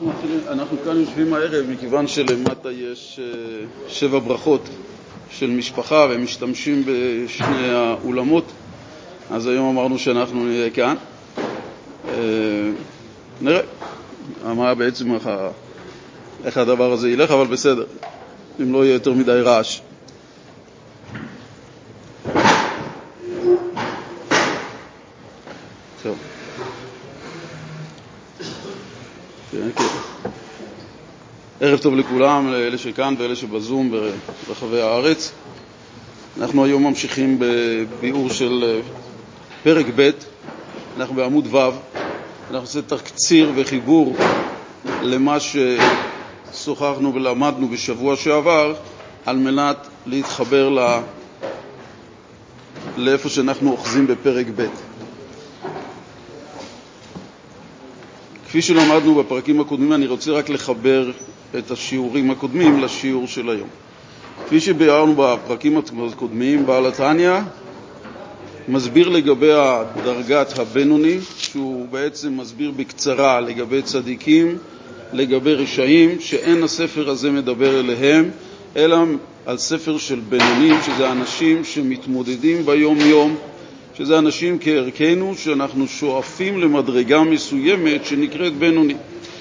אנחנו כאן יושבים הערב מכיוון שלמטה יש 7 ברכות של משפחה והם משתמשים בשני האולמות, אז היום אמרנו שאנחנו נהיה כאן. נראה מה בעצם איך הדבר הזה ילך, אבל בסדר, אם לא יהיה יותר מדי רעש. טוב. ערב טוב לכולם, לאלה שכאן ואלה שבזום ברחבי הארץ. אנחנו היום ממשיכים בביאור של פרק ב', אנחנו בעמוד ו', אנחנו עושים תקציר וחיבור למה ששוחחנו ולמדנו בשבוע שעבר, על מנת להתחבר לאיפה שאנחנו אוחזים בפרק ב'. כפי שלמדנו בפרקים הקודמים, אני רוצה רק לחבר את השיעורים הקודמים לשיעור של היום. כפי שביארנו בפרקים הקודמים, בעל התניא מסביר לגבי הדרגת הבינוני, שהוא בעצם מסביר בקצרה לגבי צדיקים, לגבי רשעים, שאין הספר הזה מדבר אליהם, אלא על ספר של בינונים, שזה אנשים שמתמודדים ביום יום, שזה אנשים כערכנו, שאנחנו שואפים למדרגה מסוימת שנקראת בינוני.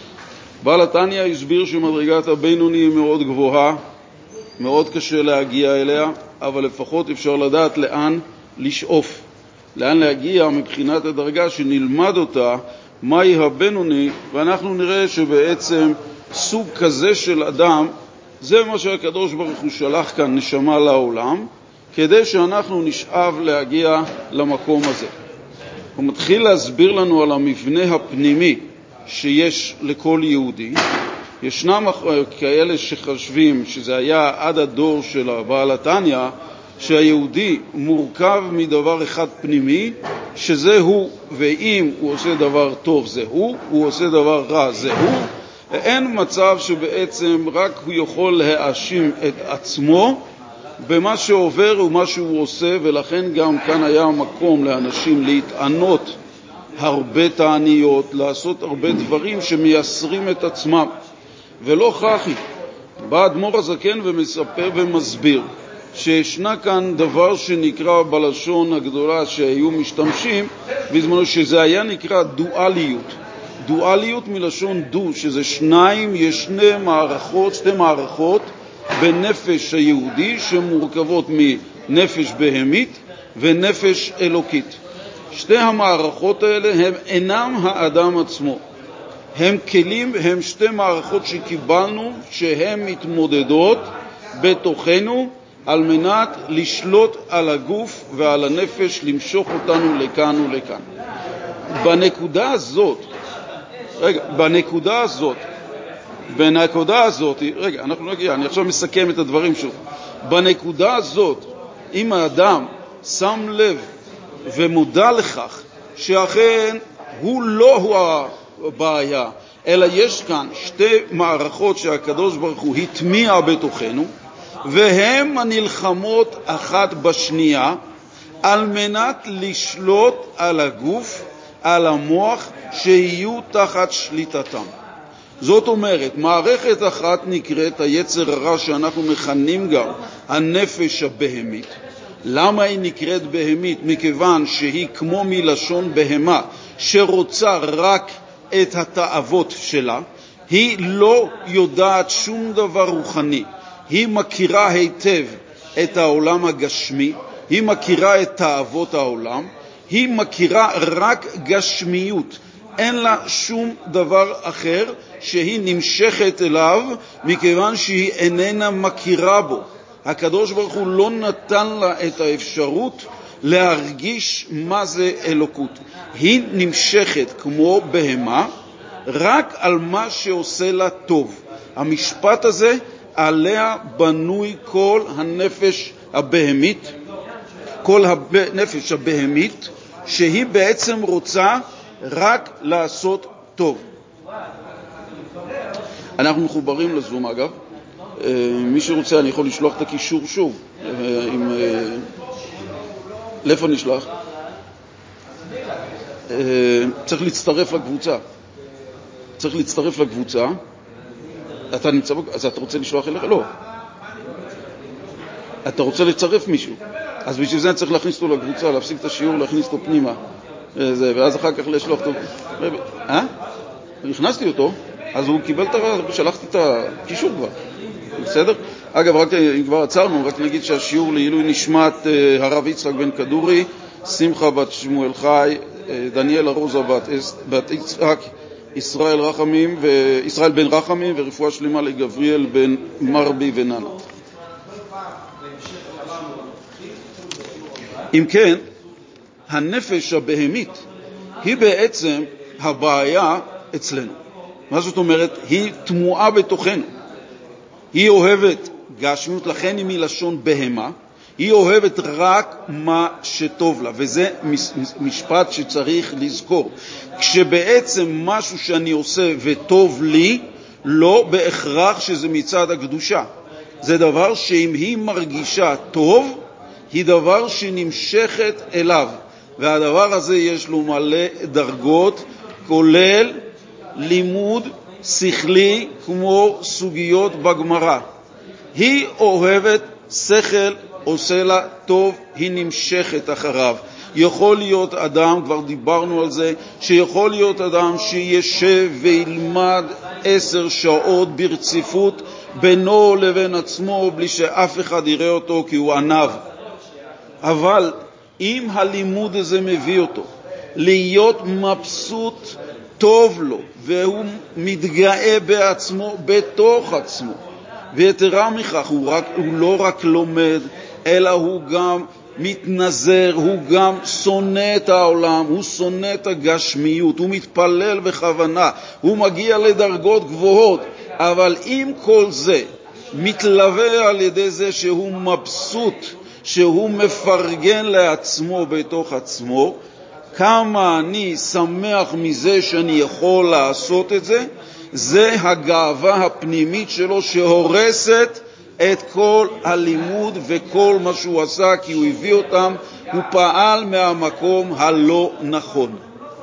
בעל התניא הסביר שמדרגת הבינוני היא מאוד גבוהה, מאוד קשה להגיע אליה, אבל לפחות אפשר לדעת לאן לשאוף, לאן להגיע מבחינת הדרגה שנלמד אותה, מהי הבינוני, ואנחנו נראה שבעצם סוג כזה של אדם, זה מה שהקדוש ברוך הוא שלח כאן נשמה לעולם, כדי שאנחנו נשאב להגיע למקום הזה. הוא מתחיל להסביר לנו על המבנה הפנימי שיש לכל יהודי. ישנם כאלה שחשבים שזה היה עד הדור של בעל התניא, שהיהודי מורכב מדבר אחד פנימי, שזה הוא, ואם הוא עושה דבר טוב זה הוא עושה דבר רע זה הוא. אין מצב שבעצם רק הוא יכול להאשים את עצמו במה שעובר ומה שהוא עושה, ולכן גם כאן היה מקום לאנשים להתענות הרבה תעניות, לעשות הרבה דברים שמייסרים את עצמם. ולא ככה, בא אדמו"ר הזקן ומספר ומסביר שישנה כאן דבר שנקרא בלשון הגדולה שהיו משתמשים בזמנו, שזה היה נקרא דואליות. דואליות מלשון דו, שזה שניים, יש שתי מערכות בנפש היהודי שמורכבות מנפש בהמית ונפש אלוקית. שתי המערכות האלה הם אינם האדם עצמו, הם כלים, הם שתי מערכות שקיבלנו שהן מתמודדות בתוכנו על מנת לשלוט על הגוף ועל הנפש, למשוך אותנו לכאן ולכאן. בנקודה הזאת, אני עכשיו מסכם את הדברים שוב. בנקודה הזאת, אם האדם שם לב ומודע לכך שאכן הוא לא הוא הבעיה, אלא יש כאן שתי מערכות שהקדוש ברוך הוא הטמיע בתוכנו, והן הנלחמות אחת בשנייה על מנת לשלוט על הגוף, על המוח, שיהיו תחת שליטתם. זאת אומרת, מערכת אחת נקראת היצר הרע, שאנחנו מכנים גם הנפש הבהמית. למה היא נקראת בהמית? מכיוון שהיא כמו מלשון בהמה, שרוצה רק את התאוות שלה. היא לא יודעת שום דבר רוחני. היא מכירה היטב את העולם הגשמי, היא מכירה את תאוות העולם, היא מכירה רק גשמיות. אין לה שום דבר אחר שהיא נמשכת אליו, מכיוון שהיא איננה מכירה בו. הקדוש ברוך הוא לא נתן לה את האפשרות להרגיש מה זה אלוקות. היא נמשכת כמו בהמה רק על מה שעושה לה טוב. המשפט הזה, עליה בנוי כל הנפש הבהמית, כל הנפש הבהמית, שהיא בעצם רוצה רק לעשות טוב. אנחנו מחוברים לזום אגב. מי שרוצה אני יכול לשלוח את הקישור שוב. לאיפה נשלח? צריך להצטרף לקבוצה. צריך להצטרף לקבוצה, אתה נמצא, אז אתה רוצה לשלוח אליך? לא. אתה רוצה לצרף מישהו. אז בשביל זה צריך להכניס אותו לקבוצה, להפסיק את השיעור, להכניס אותו פנימה. ואז אחר כך לשלוח אותו. הכנסתי אותו, אז הוא קיבל שלחתי את הקישור כבר. בסדר? אגב, רק אם כבר עצרנו, רק נגיד שהשיעור לעילוי נשמת הרב יצחק בן כדורי, שמחה בת שמואל חי, דניאל ארוזה בת יצחק, ישראל בן רחמים, ורפואה שלמה לגבריאל בן מרבי וננה. אם כן, הנפש הבהמית היא בעצם הבעיה אצלנו. מה זאת אומרת? היא תמועה בתוכנו. היא אוהבת גשמיות, לכן היא מלשון בהמה. היא אוהבת רק מה שטוב לה, וזה משפט שצריך לזכור. כשבעצם משהו שאני עושה וטוב לי, לא בהכרח שזה מצד הקדושה. זה דבר שאם היא מרגישה טוב, היא דבר שנמשכת אליו. והדבר הזה יש לו מלא דרגות, כולל לימוד שכלי כמו סוגיות בגמרא. היא אוהבת שכל, עושה לה טוב, היא נמשכת אחריו. יכול להיות אדם, כבר דיברנו על זה, שיכול להיות אדם שישב וילמד 10 שעות ברציפות בינו לבין עצמו בלי שאף אחד יראה אותו כי הוא ענב. אבל אם הלימוד הזה מביא אותו להיות מבסוט, טוב לו, והוא מתגאה בעצמו בתוך עצמו, ויתרה מכך, הוא לא רק לומד, אלא הוא גם מתנזר, הוא גם שונא את העולם, הוא שונא את הגשמיות, הוא מתפלל בכוונה, הוא מגיע לדרגות גבוהות, אבל עם כל זה מתלווה על ידי זה שהוא מבסוט, שהוא מפרגן לעצמו בתוך עצמו, כמה אני שמח מזה שאני יכול לעשות את זה, זה הגאווה הפנימית שלו שהורסת את כל הלימוד וכל מה שהוא עשה, כי הוא הביא אותם, הוא פעל מהמקום הלא נכון.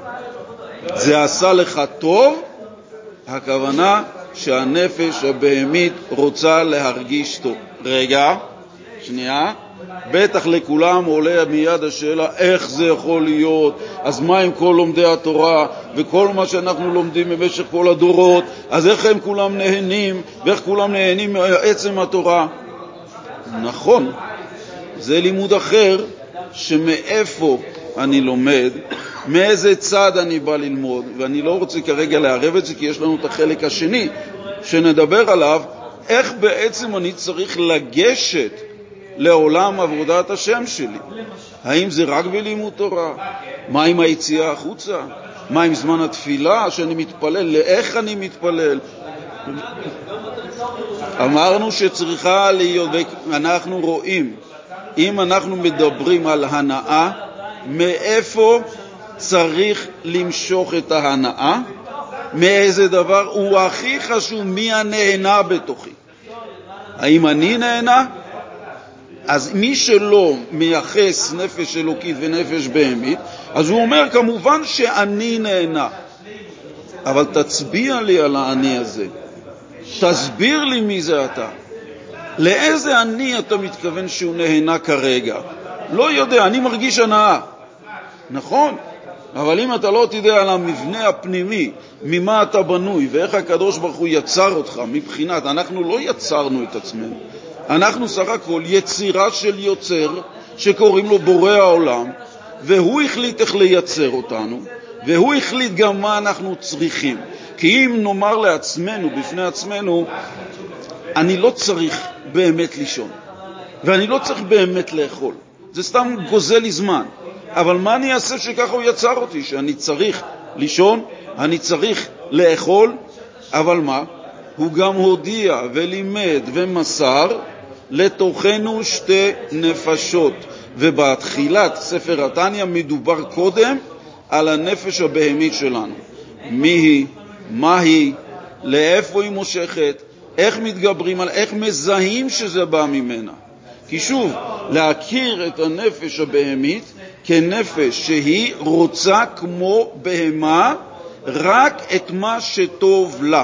זה עשה לך טוב, הכוונה שהנפש הבהמית רוצה להרגיש טוב. רגע, שנייה, בטח לכולם עולה מיד השאלה איך זה יכול להיות, אז מה עם כל לומדי התורה וכל מה שאנחנו לומדים במשך כל הדורות, אז איך הם כולם נהנים ואיך כולם נהנים מעצם התורה? נכון, זה לימוד אחר שמאיפה אני לומד, מאיזה צד אני בא ללמוד, ואני לא רוצה כרגע לערב את זה כי יש לנו את החלק השני שנדבר עליו, איך בעצם אני צריך לגשת לעולם עבודת השם שלי. האם זה רק בלימוד תורה? מה עם היציאה החוצה? מה עם זמן התפילה שאני מתפלל? לאיך אני מתפלל? אמרנו שצריכה להיות, אנחנו רואים, אם אנחנו מדברים על הנאה, מאיפה צריך למשוך את ההנאה? מאיזה דבר? הוא הכי חשוב, מי הנהנה בתוכי? האם אני נהנה? אז מי שלא מייחס נפש אלוקית ונפש בהמית, אז הוא אומר כמובן שאני נהנה. אבל תצביע לי על האני הזה. תסביר לי מי זה אתה. לאיזה אני אתה מתכוון שהוא נהנה כרגע? לא יודע, אני מרגיש הנאה. נכון? אבל אם אתה לא תדע על המבנה הפנימי, ממה אתה בנוי ואיך הקדוש ברוך הוא יצר אותך, מבחינת, אנחנו לא יצרנו את עצמנו. אנחנו סך הכל יצירה של יוצר שקוראים לו בורא העולם, והוא החליט איך לייצר אותנו, והוא החליט גם מה אנחנו צריכים. כי אם נאמר לעצמנו, בפני עצמנו, אני לא צריך באמת לישון, ואני לא צריך באמת לאכול. זה סתם גוזל לי זמן. אבל מה אני אעשה שככה הוא יצר אותי? שאני צריך לישון, אני צריך לאכול, אבל מה? הוא גם הודיע ולימד ומסר לתוכנו 2 נפשות. ובתחילת ספר התניא מדובר קודם על הנפש הבהמית שלנו. מי היא? מה היא? לאיפה היא מושכת? איך מתגברים על, איך מזהים שזה בא ממנה? כי שוב, להכיר את הנפש הבהמית כנפש שהיא רוצה כמו בהמה רק את מה שטוב לה.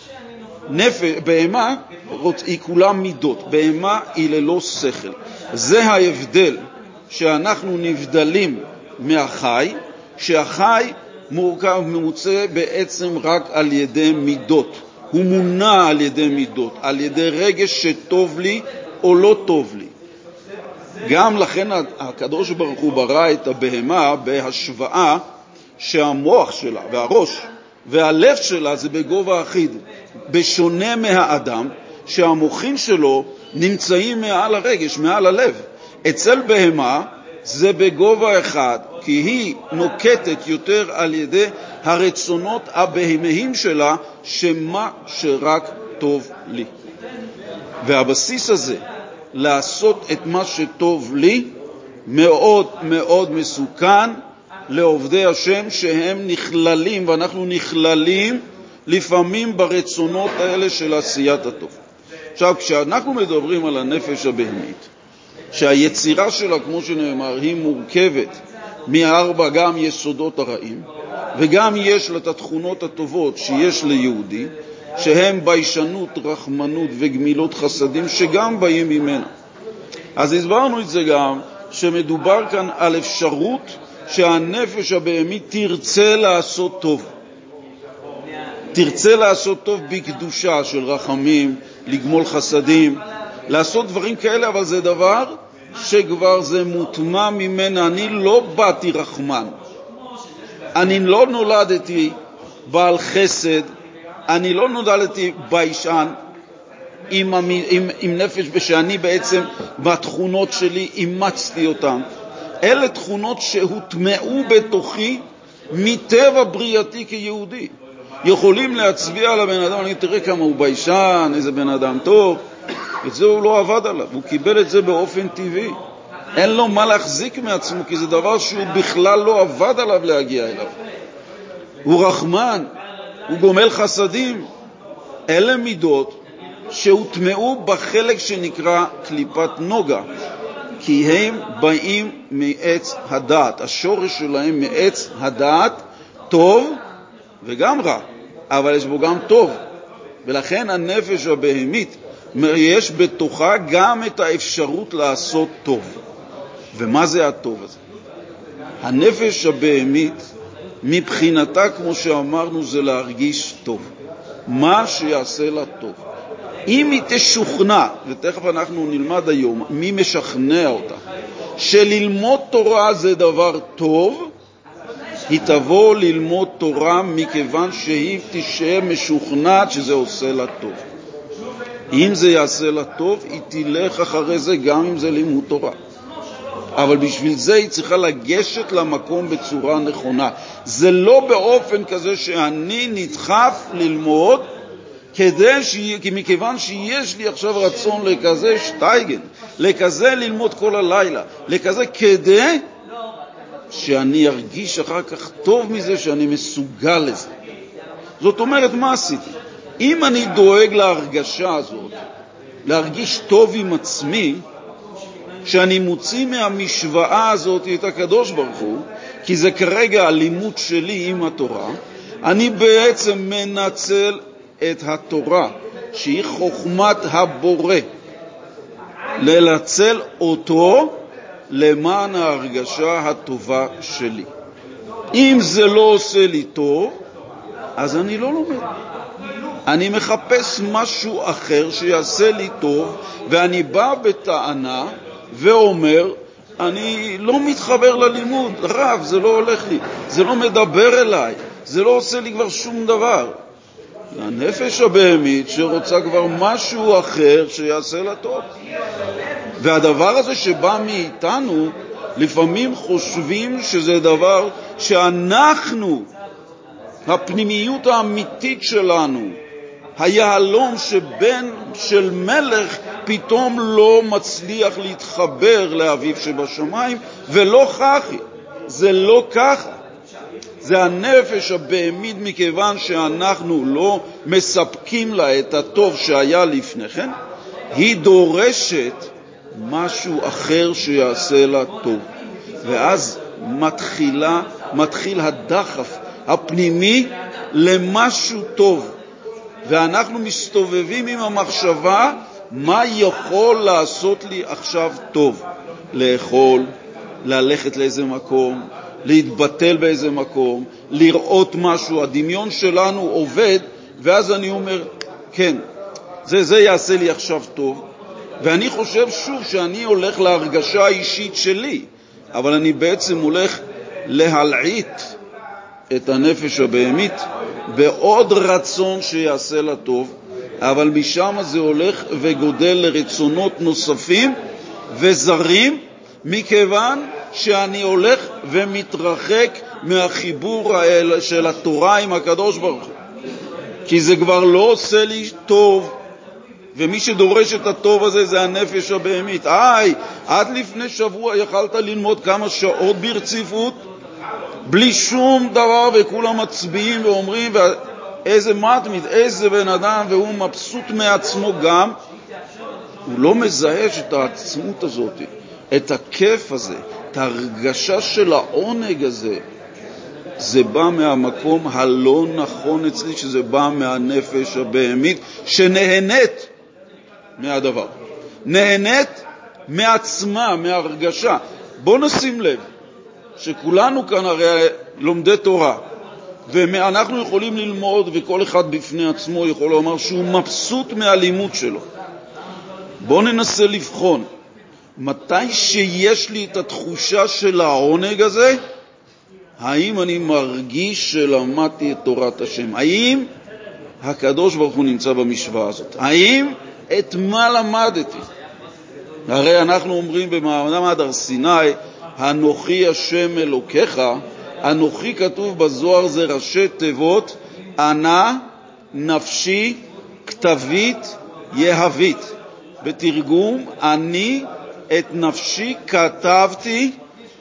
בהמה היא כולה מידות, בהמה היא ללא שכל. זה ההבדל, שאנחנו נבדלים מהחי, שהחי מוצא בעצם רק על ידי מידות. הוא מונע על ידי מידות, על ידי רגש שטוב לי או לא טוב לי. גם לכן הקדוש ברוך הוא ברא את הבהמה בהשוואה שהמוח שלה והראש והלב שלה זה בגובה אחיד, בשונה מהאדם שהמוחים שלו נמצאים מעל הרגש, מעל הלב. אצל בהמה זה בגובה אחד, כי היא נוקטת יותר על ידי הרצונות הבהמיים שלה, שמה שרק טוב לי. והבסיס הזה, לעשות את מה שטוב לי, מאוד מאוד מסוכן לעובדי השם, שהם נכללים, ואנחנו נכללים לפעמים ברצונות האלה של עשיית הטוב. עכשיו, כשאנחנו מדברים על הנפש הבהמית, שהיצירה שלה, כמו שנאמר, היא מורכבת מארבע גם יסודות הרעים, וגם יש לה את התכונות הטובות שיש ליהודי, שהם ביישנות, רחמנות וגמילות חסדים, שגם באים ממנה. אז הסברנו את זה גם, שמדובר כאן על אפשרות שהנפש הבהמית תרצה לעשות טוב. תרצה לעשות טוב בקדושה של רחמים, לגמול חסדים, לעשות דברים כאלה, אבל זה דבר שכבר זה מוטמע ממנה. אני לא באתי רחמן, אני לא נולדתי בעל חסד, אני לא נולדתי ביישן עם נפש שאני בעצם בתכונות שלי אימצתי אותן. אלה תכונות שהוטמעו בתוכי מטבע בריאתי כיהודי. יכולים להצביע על הבן אדם, אני תראה כמה הוא ביישן, איזה בן אדם טוב. את זה הוא לא עבד עליו, הוא קיבל את זה באופן טבעי. אין לו מה להחזיק מעצמו, כי זה דבר שהוא בכלל לא עבד עליו להגיע אליו. הוא רחמן, הוא גומל חסדים. אלה מידות שהוטמעו בחלק שנקרא קליפת נוגה, כי הם באים מעץ הדעת. השורש שלהם מעץ הדעת, טוב וגם רע, אבל יש בו גם טוב. ולכן הנפש הבהמית יש בתוכה גם את האפשרות לעשות טוב. ומה זה הטוב הזה? הנפש הבהמית מבחינתה, כמו שאמרנו, זה להרגיש טוב, מה שיעשה לה טוב. אם היא תשוכנע, ותכף אנחנו נלמד היום מי משכנע אותה, שללמוד תורה זה דבר טוב, היא תבוא ללמוד תורה מכיוון שהיא תשעה משוכנעת שזה עושה לה טוב. אם זה יעשה לה טוב, היא תלך אחרי זה גם אם זה לימוד תורה. אבל בשביל זה היא צריכה לגשת למקום בצורה נכונה. זה לא באופן כזה שאני נדחף ללמוד, כי מכיוון שיש לי עכשיו רצון לכזה שטייגן, לכזה ללמוד כל הלילה, לכזה כדי שאני ארגיש אחר כך טוב מזה שאני מסוגל לזה. זאת אומרת, מה עשיתי? אם אני דואג להרגשה הזאת, להרגיש טוב עם עצמי, שאני מוציא מהמשוואה הזאת את הקדוש ברוך הוא, כי זה כרגע הלימוד שלי עם התורה, אני בעצם מנצל את התורה, שהיא חוכמת הבורא, לנצל אותו למען ההרגשה הטובה שלי. אם זה לא עושה לי טוב, אז אני לא לומד. אני מחפש משהו אחר שיעשה לי טוב, ואני בא בטענה ואומר, אני לא מתחבר ללימוד, רב, זה לא הולך לי, זה לא מדבר אליי, זה לא עושה לי כבר שום דבר. הנפש הבהמית שרוצה כבר משהו אחר שיעשה לה טוב. והדבר הזה שבא מאיתנו, לפעמים חושבים שזה דבר שאנחנו, הפנימיות האמיתית שלנו, היהלום שבן של מלך פתאום לא מצליח להתחבר לאביו שבשמיים, ולא ככה. זה לא ככה. זה הנפש הבהמית, מכיוון שאנחנו לא מספקים לה את הטוב שהיה לפני כן, היא דורשת משהו אחר שיעשה לה טוב. ואז מתחיל הדחף הפנימי למשהו טוב, ואנחנו מסתובבים עם המחשבה מה יכול לעשות לי עכשיו טוב, לאכול, ללכת לאיזה מקום, להתבטל באיזה מקום, לראות משהו. הדמיון שלנו עובד, ואז אני אומר, כן, זה יעשה לי עכשיו טוב, ואני חושב שוב שאני הולך להרגשה האישית שלי, אבל אני בעצם הולך להלעיט את הנפש הבהמית בעוד רצון שיעשה לה טוב, אבל משם זה הולך וגודל לרצונות נוספים וזרים, מכיוון שאני הולך ומתרחק מהחיבור של התורה עם הקדוש ברוך הוא, כי זה כבר לא עושה לי טוב, ומי שדורש את הטוב הזה זה הנפש הבהמית. עד לפני שבוע יכלת ללמוד כמה שעות ברציפות בלי שום דבר, וכולם מצביעים ואומרים איזה מתמיד, איזה בן אדם, והוא מבסוט מעצמו גם. הוא לא מזהה את העצמות הזאת, את הכיף הזה, את ההרגשה של העונג הזה. זה בא מהמקום הלא נכון אצלי, שזה בא מהנפש הבהמית שנהנית מהדבר, נהנית מעצמה, מהרגשה. בוא נשים לב שכולנו כאן הרי לומדי תורה, ואנחנו יכולים ללמוד, וכל אחד בפני עצמו יכול לומר שהוא מבסוט מהלימוד שלו. בוא ננסה לבחון מתי שיש לי את התחושה של העונג הזה, האם אני מרגיש שלמדתי את תורת השם, האם הקדוש ברוך הוא נמצא במשוואה הזאת, האם את מה למדתי. הרי אנחנו אומרים במעמד הר סיני, אנוכי השם אלוקיך. אנוכי כתוב בזוהר זה ראשי תיבות אנא, נפשי, כתבית, יהבית. בתרגום, אני את נפשי כתבתי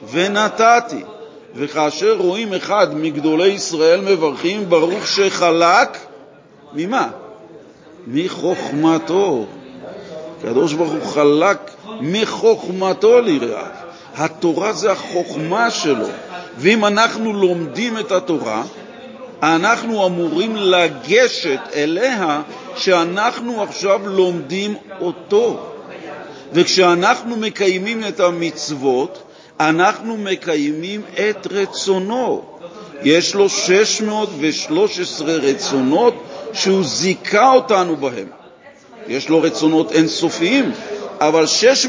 ונתתי. וכאשר רואים אחד מגדולי ישראל מברכים ברוך שחלק, ממה? מחוכמתו. הקדוש ברוך הוא חלק מחוכמתו לרעיו. התורה זה החוכמה שלו, ואם אנחנו לומדים את התורה, אנחנו אמורים לגשת אליה שאנחנו עכשיו לומדים אותו. וכשאנחנו מקיימים את המצוות, אנחנו מקיימים את רצונו. יש לו 613 רצונות שהוא זיכה אותנו בהם. יש לו רצונות אינסופיים, אבל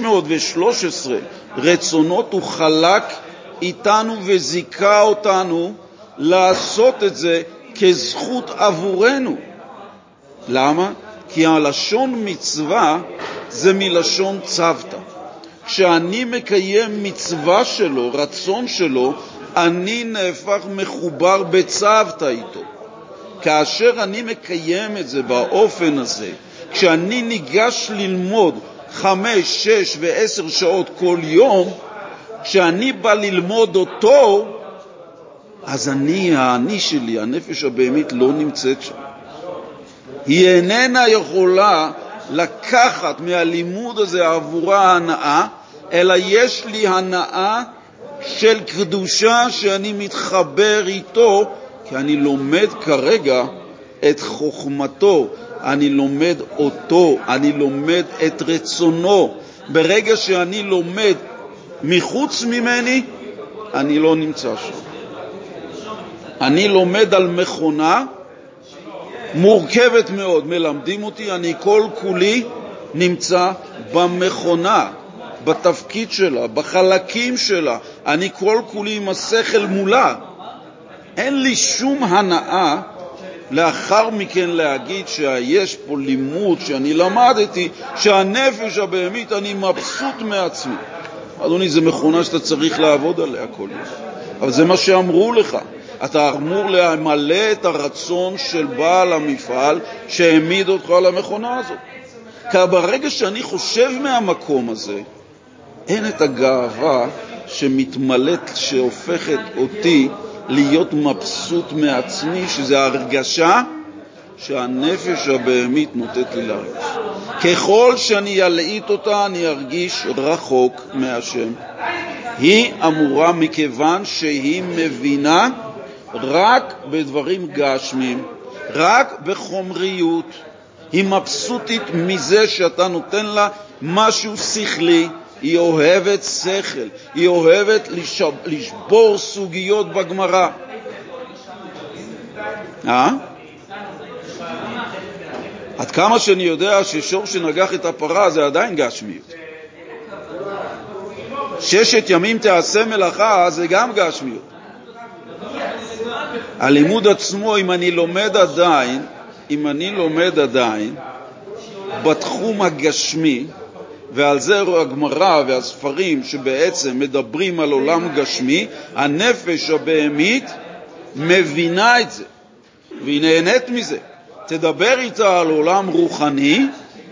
613 רצונות הוא חלק איתנו וזיכה אותנו לעשות את זה כזכות עבורנו. למה? כי הלשון מצווה זה מלשון צוותא. כשאני מקיים מצווה שלו, רצון שלו, אני נהפך מחובר בצוותא איתו. כאשר אני מקיים את זה באופן הזה, כשאני ניגש ללמוד 5, 6 ו10 שעות כל יום, כשאני בא ללמוד אותו, אז האני שלי, הנפש הבהמית, לא נמצאת שם. היא איננה יכולה לקחת מהלימוד הזה עבורה הנאה, אלא יש לי הנאה של קדושה שאני מתחבר איתו, כי אני לומד כרגע את חוכמתו, אני לומד אותו, אני לומד את רצונו. ברגע שאני לומד מחוץ ממני, אני לא נמצא שם. אני לומד על מכונה מורכבת מאוד, מלמדים אותי, אני כל כולי נמצא במכונה, בתפקיד שלה, בחלקים שלה, אני כל כולי עם השכל מולה. אין לי שום הנאה לאחר מכן להגיד שיש פה לימוד שאני למדתי, שהנפש הבהמית אני מבסוט מעצמי. אדוני, זה מכונה שאתה צריך לעבוד עליה כל יום, אבל זה מה שאמרו לך. אתה אמור למלא את הרצון של בעל המפעל שהעמיד אותך על המכונה הזאת. כי ברגע שאני חושב מהמקום הזה, אין את הגאווה שמתמלאת, שהופכת אותי להיות מבסוט מעצמי, שזה הרגשה שהנפש הבהמית נותנת לי להרגיש. ככל שאני אלעיט אותה, אני ארגיש רחוק מהשם. היא אמורה, מכיוון שהיא מבינה רק בדברים גשמים, רק בחומריות. היא מבסוטית מזה שאתה נותן לה משהו שכלי, היא אוהבת שכל, היא אוהבת לשבור סוגיות בגמרא. עד כמה שאני יודע ששור שנגח את הפרה זה עדיין גשמיות. 6 ימים תעשה מלאכה זה גם גשמיות. הלימוד עצמו, אם אני לומד עדיין בתחום הגשמי, ועל זה הגמרא והספרים שבעצם מדברים על עולם גשמי, הנפש הבהמית מבינה את זה והיא נהנית מזה. תדבר איתה על עולם רוחני,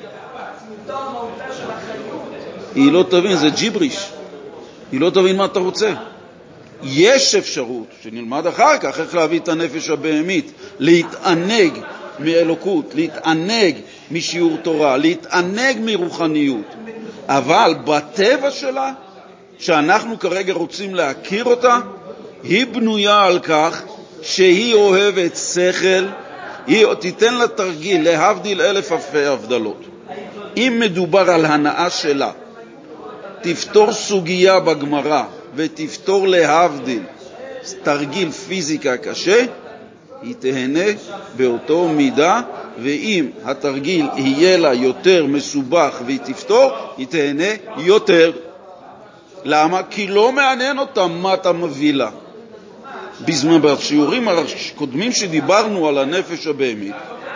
היא לא תבין, זה ג'יבריש, היא לא תבין מה אתה רוצה. יש אפשרות שנלמד אחר כך איך להביא את הנפש הבהמית להתענג מאלוקות, להתענג משיעור תורה, להתענג מרוחניות, אבל בטבע שלה שאנחנו כרגע רוצים להכיר אותה, היא בנויה על כך שהיא אוהבת שכל. היא תיתן לה תרגיל להבדיל אלף הבדלות. אם מדובר על הנאה שלה, תפתור סוגיה בגמרא ותפתור להבדיל תרגיל פיזיקה קשה, היא תהנה באותו מידה, ואם התרגיל יהיה לה יותר מסובך והיא תפתור, היא תהנה יותר. למה? כי לא מעניין אותה מה אתה מביא לה. בזמן בשיעורים הקודמים שדיברנו על הנפש הבהמית,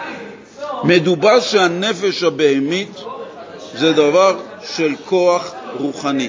מדובר שהנפש הבהמית זה דבר של כוח רוחני.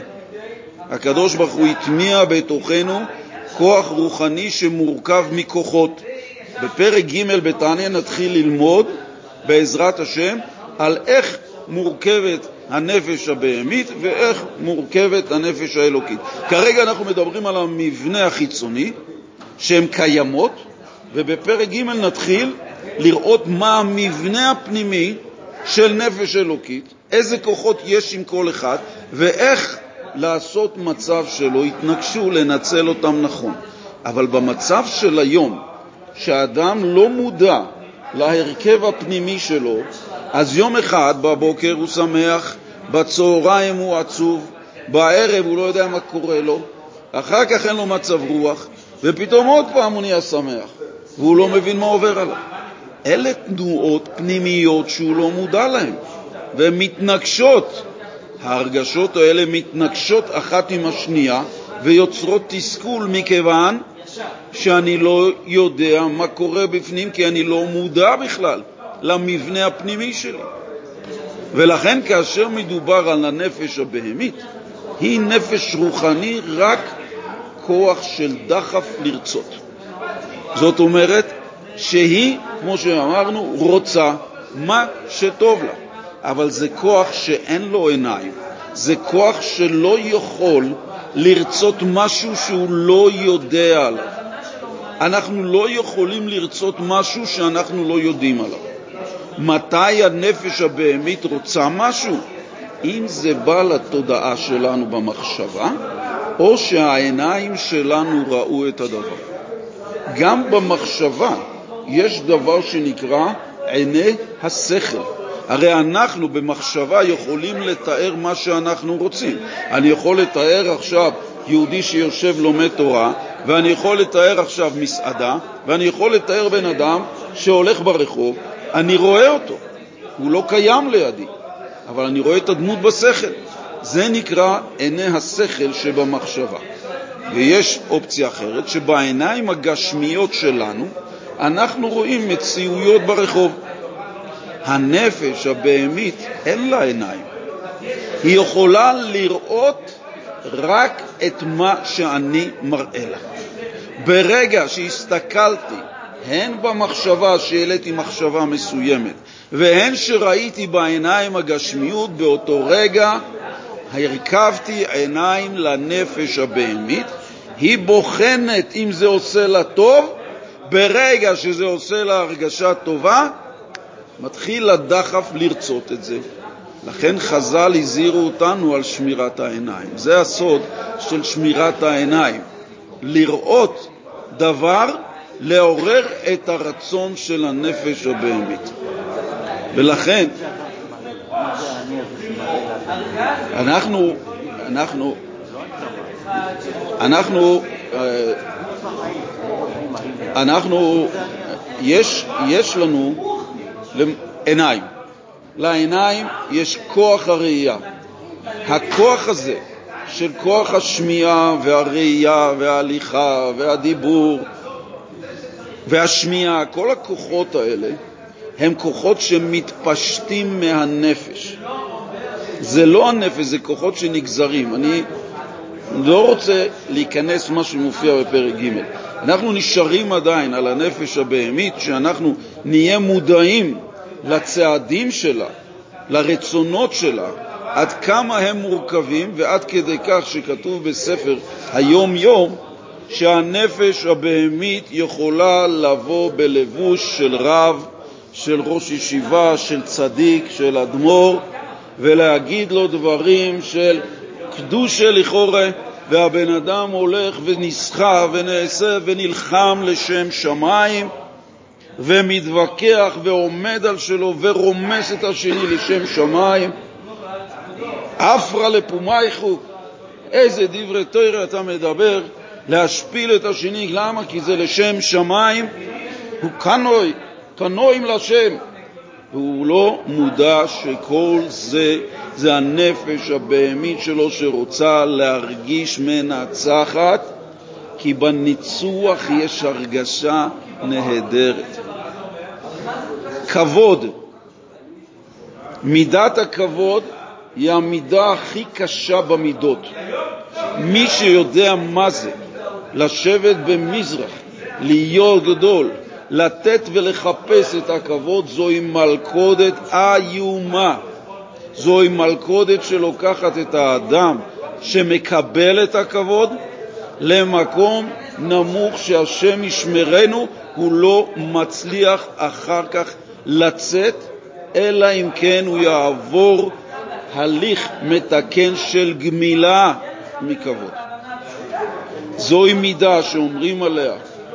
הקדוש ברוך הוא הטמיע בתוכנו כוח רוחני שמורכב מכוחות. בפרק ג' בתניא נתחיל ללמוד בעזרת השם על איך מורכבת הנפש הבהמית ואיך מורכבת הנפש האלוקית. כרגע אנחנו מדברים על המבנה החיצוני שהן קיימות, ובפרק ג' נתחיל לראות מה המבנה הפנימי של נפש אלוקית, איזה כוחות יש עם כל אחד, ואיך לעשות מצב שלא יתנגשו, לנצל אותם נכון. אבל במצב של היום, שהאדם לא מודע להרכב הפנימי שלו, אז יום אחד בבוקר הוא שמח, בצהריים הוא עצוב, בערב הוא לא יודע מה קורה לו, אחר כך אין לו מצב רוח, ופתאום עוד פעם הוא נהיה שמח, והוא לא מבין מה עובר עליו. אלה תנועות פנימיות שהוא לא מודע להן, והן מתנגשות. ההרגשות האלה מתנגשות אחת עם השנייה, ויוצרות תסכול מכיוון שאני לא יודע מה קורה בפנים, כי אני לא מודע בכלל למבנה הפנימי שלי. ולכן כאשר מדובר על הנפש הבהמית, היא נפש רוחני, רק כוח של דחף לרצות. זאת אומרת שהיא, כמו שאמרנו, רוצה מה שטוב לה, אבל זה כוח שאין לו עיניים, זה כוח שלא יכול לרצות משהו שהוא לא יודע עליו. אנחנו לא יכולים לרצות משהו שאנחנו לא יודעים עליו. מתי הנפש הבהמית רוצה משהו? אם זה בא לתודעה שלנו במחשבה, או שהעיניים שלנו ראו את הדבר. גם במחשבה יש דבר שנקרא עיני השכל. הרי אנחנו במחשבה יכולים לתאר מה שאנחנו רוצים. אני יכול לתאר עכשיו יהודי שיושב לומד תורה, ואני יכול לתאר עכשיו מסעדה, ואני יכול לתאר בן אדם שהולך ברחוב, אני רואה אותו, הוא לא קיים לידי, אבל אני רואה את הדמות בשכל. זה נקרא עיני השכל שבמחשבה. ויש אופציה אחרת שבעיניים הגשמיות שלנו אנחנו רואים מציאויות ברחוב. הנפש הבהמית אין לה עיניים, היא יכולה לראות רק את מה שאני מראה לה. ברגע שהסתכלתי הן במחשבה שהעליתי מחשבה מסוימת והן שראיתי בעיניים הגשמיות, באותו רגע הרכבתי עיניים לנפש הבהמית, היא בוחנת אם זה עושה לה טוב. ברגע שזה עושה לה הרגשה טובה, מתחיל הדחף לרצות את זה. לכן חז"ל הזהירו אותנו על שמירת העיניים. זה הסוד של שמירת העיניים, לראות דבר לעורר את הרצון של הנפש הבהמית. ולכן יש לנו עיניים. לעיניים יש כוח הראייה. הכוח הזה של כוח השמיעה והראייה וההליכה והדיבור והשמיעה, כל הכוחות האלה הם כוחות שמתפשטים מהנפש. זה לא הנפש, זה כוחות שנגזרים. אני לא רוצה להיכנס מה שמופיע בפרק ג'. אנחנו נשארים עדיין על הנפש הבהמית, שאנחנו נהיה מודעים לצעדים שלה, לרצונות שלה, עד כמה הם מורכבים, ועד כדי כך שכתוב בספר היום יום, שהנפש הבהמית יכולה לבוא בלבוש של רב, של ראש ישיבה, של צדיק, של אדמו"ר, ולהגיד לו דברים של קדושה לכאורה, והבן אדם הולך ונסחב ונעשה ונלחם לשם שמיים, ומתווכח ועומד על שלו ורומס את השני לשם שמיים. אפרה לפומייכו, איזה דברי תורה אתה מדבר, להשפיל את השני. למה? כי זה לשם שמיים. הוא קנויים לשם. והוא לא מודע שכל זה הנפש הבהמית שלו שרוצה להרגיש מנצחת, כי בניצוח יש הרגשה נהדרת. כבוד, מידת הכבוד היא המידה הכי קשה במידות. מי שיודע מה זה לשבת במזרח, להיות גדול, לתת ולחפש את הכבוד, זוהי מלכודת איומה. זוהי מלכודת שלוקחת את האדם שמקבל את הכבוד למקום נמוך שהשם ישמרנו, הוא לא מצליח אחר כך לצאת, אלא אם כן הוא יעבור הליך מתקן של גמילה מכבוד. זוהי מידה שאומרים עליה,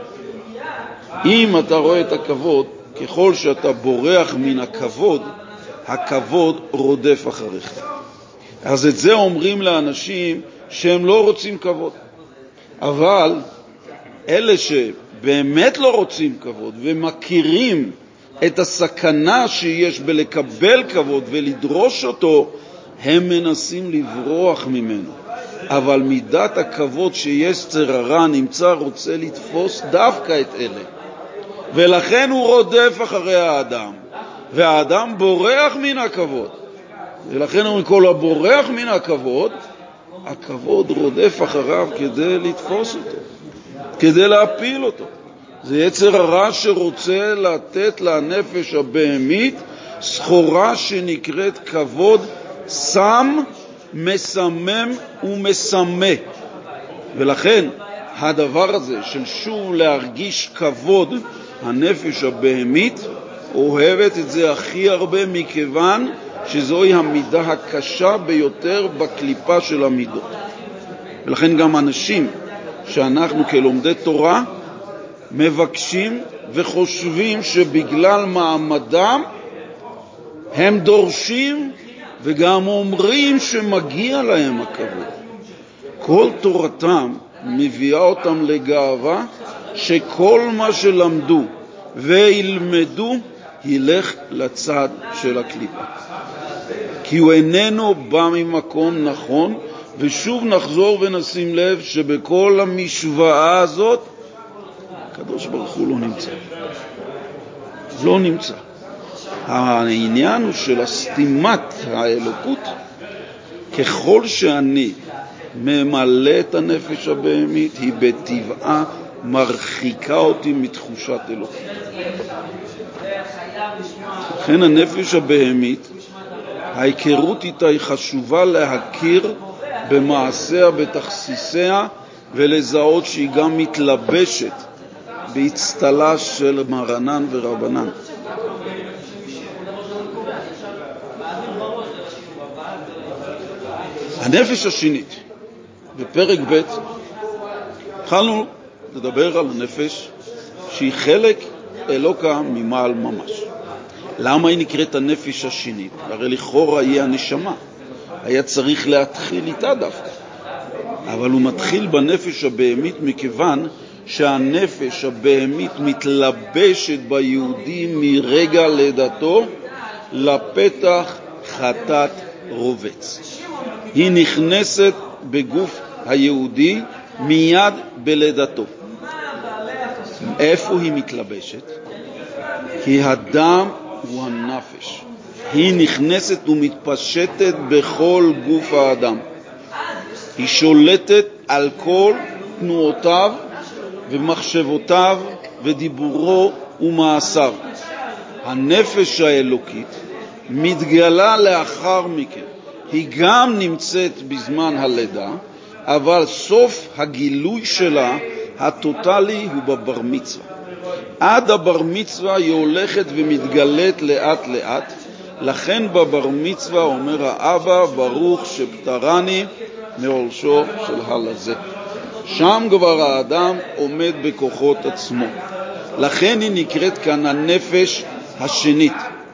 אם אתה רואה את הכבוד, ככל שאתה בורח מן הכבוד, הכבוד רודף אחריך. אז את זה אומרים לאנשים שהם לא רוצים כבוד. אבל אלה שבאמת לא רוצים כבוד ומכירים את הסכנה שיש בלקבל כבוד ולדרוש אותו, הם מנסים לברוח ממנו. אבל מידת הכבוד שיש צררה נמצא רוצה לתפוס דווקא את אלה. ולכן הוא רודף אחרי האדם. והאדם בורח מן הכבוד. ולכן הוא כל הבורח מן הכבוד, הכבוד רודף אחריו כדי לתפוס אותו, כדי להפיל אותו. זה יצר הרע שרוצה לתת לנפש הבהמית סחורה שנקראת כבוד שם, מסמם ומסמא. ולכן הדבר הזה של שוב להרגיש כבוד, הנפש הבהמית אוהבת את זה הכי הרבה, מכיוון שזוהי המידה הקשה ביותר בקליפה של המידות. ולכן גם אנשים שאנחנו כלומדי תורה מבקשים וחושבים שבגלל מעמדם הם דורשים וגם אומרים שמגיע להם הכבוד. כל תורתם מביאה אותם לגאווה שכל מה שלמדו וילמדו ילך לצד של הקליפה, כי הוא איננו בא ממקום נכון. ושוב נחזור ונשים לב שבכל המשוואה הזאת הקדוש ברוך הוא לא נמצא. לא נמצא. העניין הוא של הסתימת האלוקות. ככל שאני ממלא את הנפש הבהמית, היא בטבעה מרחיקה אותי מתחושת אלוקות. לכן הנפש הבהמית, ההיכרות איתה היא חשובה להכיר במעשיה, בתכסיסיה, ולזהות שהיא גם מתלבשת בהצטלה של מרנן ורבנן. הנפש השנית, בפרק ב' התחלנו לדבר על הנפש שהיא חלק אלוקה ממעל ממש. למה היא נקראת הנפש השנית? הרי לכאורה היא הנשמה. היה צריך להתחיל איתה דווקא. אבל הוא מתחיל בנפש הבהמית מכיוון שהנפש הבהמית מתלבשת ביהודי מרגע לידתו לפתח חטאת רובץ. היא נכנסת בגוף היהודי מיד בלידתו. איפה היא מתלבשת? כי הדם הוא הנפש. היא נכנסת ומתפשטת בכל גוף האדם. היא שולטת על כל תנועותיו ומחשבותיו ודיבורו ומעשיו. הנפש האלוקית מתגלה לאחר מכן. היא גם נמצאת בזמן הלידה, אבל סוף הגילוי שלה הטוטלי הוא בבר מצווה. עד הבר מצווה היא הולכת ומתגלית לאט לאט, לכן בבר מצווה אומר האבא ברוך שפטרני מעולשו של הלזה. שם כבר האדם עומד בכוחות עצמו. לכן היא נקראת כאן הנפש השנית.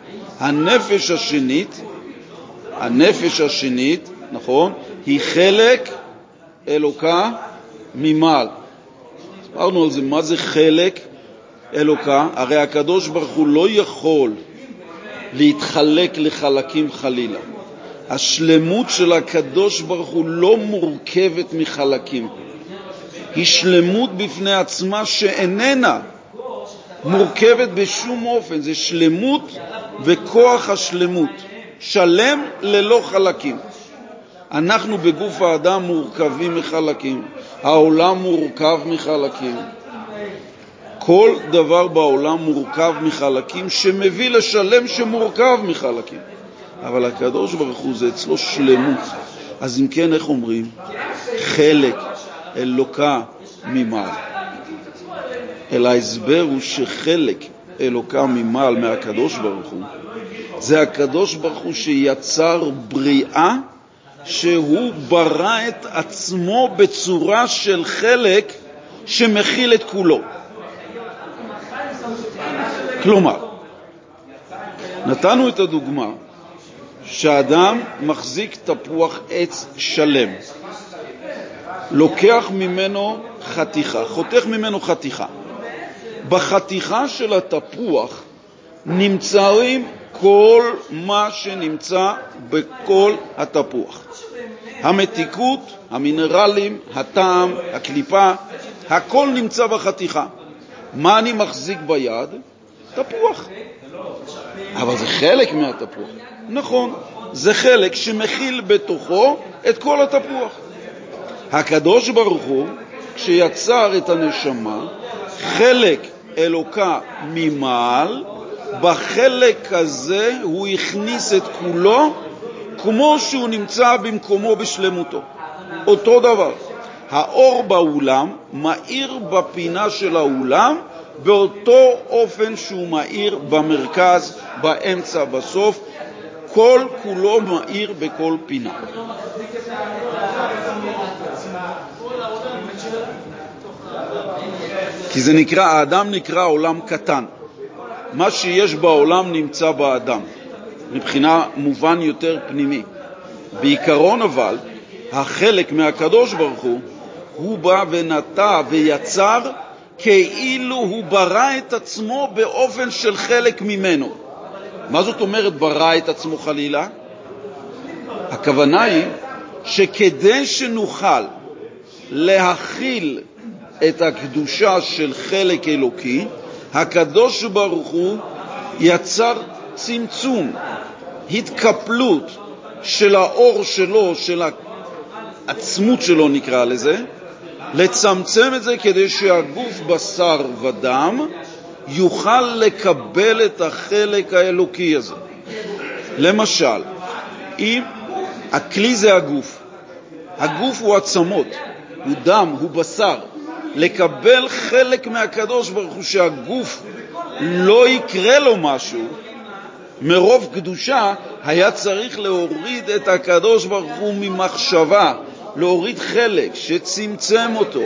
הנפש השנית, נכון, היא חלק אלוקה ממעל. הסברנו על זה, מה זה חלק אלוקה? הרי הקדוש ברוך הוא לא יכול להתחלק לחלקים חלילה. השלמות של הקדוש ברוך הוא לא מורכבת מחלקים. היא שלמות בפני עצמה שאיננה מורכבת בשום אופן. זה שלמות וכוח השלמות. שלם ללא חלקים. אנחנו בגוף האדם מורכבים מחלקים. העולם מורכב מחלקים. כל דבר בעולם מורכב מחלקים שמביא לשלם שמורכב מחלקים. אבל הקדוש ברוך הוא זה אצלו שלמות. אז אם כן, איך אומרים? חלק אלוקה ממעל. אלא ההסבר הוא שחלק אלוקה ממעל מהקדוש ברוך הוא, זה הקדוש ברוך הוא שיצר בריאה, שהוא ברא את עצמו בצורה של חלק שמכיל את כולו. כלומר, נתנו את הדוגמה שאדם מחזיק תפוח עץ שלם, לוקח ממנו חתיכה, חותך ממנו חתיכה. בחתיכה של התפוח נמצאים כל מה שנמצא בכל התפוח. המתיקות, המינרלים, הטעם, הקליפה, הכל נמצא בחתיכה. מה אני מחזיק ביד? תפוח. אבל זה חלק מהתפוח. נכון, זה חלק שמכיל בתוכו את כל התפוח. הקדוש ברוך הוא, כשיצר את הנשמה, חלק אלוקה ממעל, בחלק הזה הוא הכניס את כולו כמו שהוא נמצא במקומו בשלמותו. אותו דבר. האור באולם מאיר בפינה של האולם באותו אופן שהוא מאיר במרכז, באמצע, בסוף. כל כולו מאיר בכל פינה. כי זה נקרא, האדם נקרא עולם קטן. מה שיש בעולם נמצא באדם, מבחינה מובן יותר פנימי. בעיקרון אבל, החלק מהקדוש ברוך הוא בא ונטע ויצר כאילו הוא ברא את עצמו באופן של חלק ממנו. מה זאת אומרת ברא את עצמו חלילה? הכוונה היא שכדי שנוכל להכיל את הקדושה של חלק אלוקי, הקדוש ברוך הוא יצר צמצום, התקפלות של האור שלו, של העצמות שלו נקרא לזה, לצמצם את זה כדי שהגוף בשר ודם יוכל לקבל את החלק האלוקי הזה. למשל, אם הכלי זה הגוף, הגוף הוא עצמות, הוא דם, הוא בשר, לקבל חלק מהקדוש ברוך הוא שהגוף לא יקרה לו משהו, מרוב קדושה היה צריך להוריד את הקדוש ברוך הוא ממחשבה, להוריד חלק שצמצם אותו,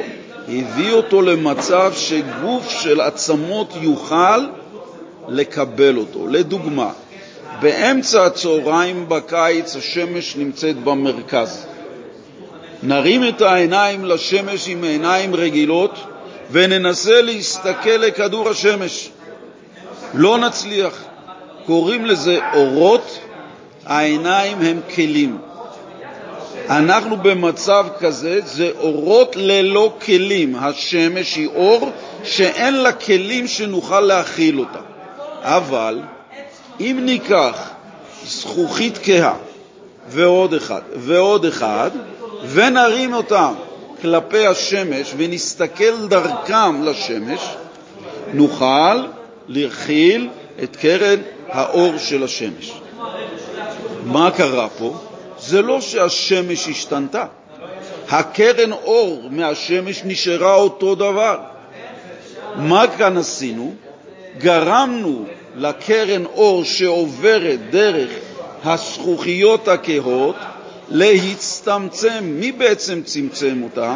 הביא אותו למצב שגוף של עצמות יוכל לקבל אותו. לדוגמה, באמצע הצהריים בקיץ השמש נמצאת במרכז. נרים את העיניים לשמש עם עיניים רגילות וננסה להסתכל לכדור השמש. לא נצליח. קוראים לזה אורות, העיניים הם כלים. אנחנו במצב כזה, זה אורות ללא כלים. השמש היא אור שאין לה כלים שנוכל להכיל אותה. אבל אם ניקח זכוכית כהה ועוד אחד ועוד אחד ונרים אותם כלפי השמש ונסתכל דרכם לשמש, נוכל להכיל את קרן האור של השמש. מה קרה פה? זה לא שהשמש השתנתה. הקרן אור מהשמש נשארה אותו דבר. מה כאן עשינו? גרמנו לקרן אור שעוברת דרך הזכוכיות הכהות להצטמצם. מי בעצם צמצם אותם?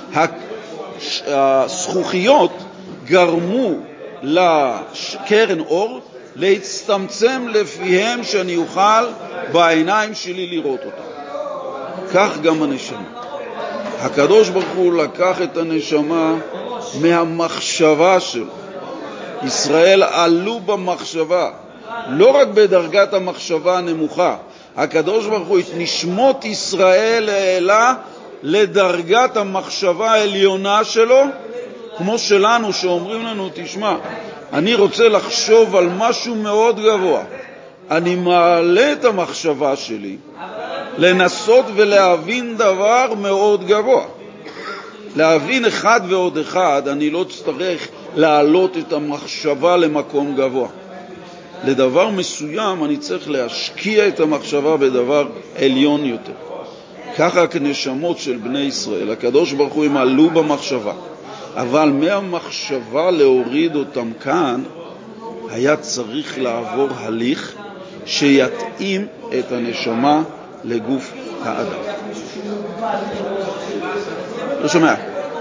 הזכוכיות גרמו לקרן אור להצטמצם לפיהם שאני אוכל בעיניים שלי לראות אותה. כך גם הנשמה. הקדוש ברוך הוא לקח את הנשמה מהמחשבה שלו. ישראל עלו במחשבה, לא רק בדרגת המחשבה הנמוכה. הקדוש ברוך הוא את נשמות ישראל העלה לדרגת המחשבה העליונה שלו, כמו שלנו שאומרים לנו, תשמע, אני רוצה לחשוב על משהו מאוד גבוה. אני מעלה את המחשבה שלי לנסות ולהבין דבר מאוד גבוה. להבין אחד ועוד אחד, אני לא צריך להעלות את המחשבה למקום גבוה. לדבר מסוים אני צריך להשקיע את המחשבה בדבר עליון יותר. ככה כנשמות של בני ישראל, הקדוש ברוך הוא הם עלו במחשבה. אבל מהמחשבה להוריד אותם כאן, היה צריך לעבור הליך שיתאים את הנשמה לגוף האדם. לא שומע.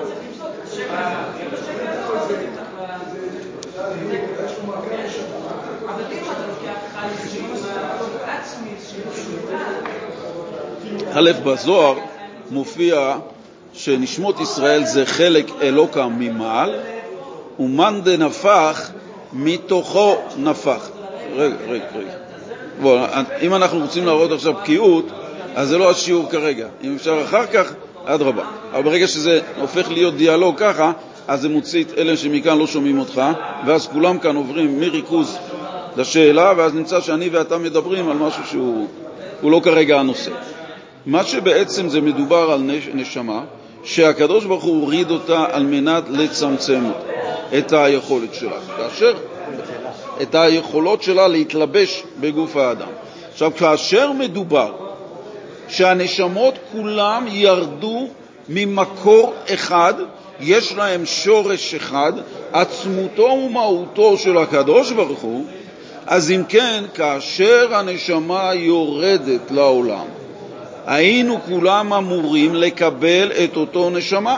א' בזוהר מופיע שנשמות ישראל זה חלק אלוקה ממעל, ומאן דנפח מתוכו נפח. רגע. בוא, אם אנחנו רוצים להראות עכשיו בקיאות, אז זה לא השיעור כרגע. אם אפשר אחר כך, אדרבה. אבל ברגע שזה הופך להיות דיאלוג ככה, אז זה מוציא את אלה שמכאן לא שומעים אותך, ואז כולם כאן עוברים מריכוז לשאלה, ואז נמצא שאני ואתה מדברים על משהו שהוא לא כרגע הנושא. מה שבעצם זה מדובר על נשמה, שהקדוש ברוך הוא הוריד אותה על מנת לצמצם את היכולת שלה. כאשר את היכולות שלה להתלבש בגוף האדם. עכשיו, כאשר מדובר שהנשמות כולם ירדו ממקור אחד, יש להם שורש אחד, עצמותו ומהותו של הקדוש ברוך הוא, אז אם כן, כאשר הנשמה יורדת לעולם, היינו כולם אמורים לקבל את אותו נשמה,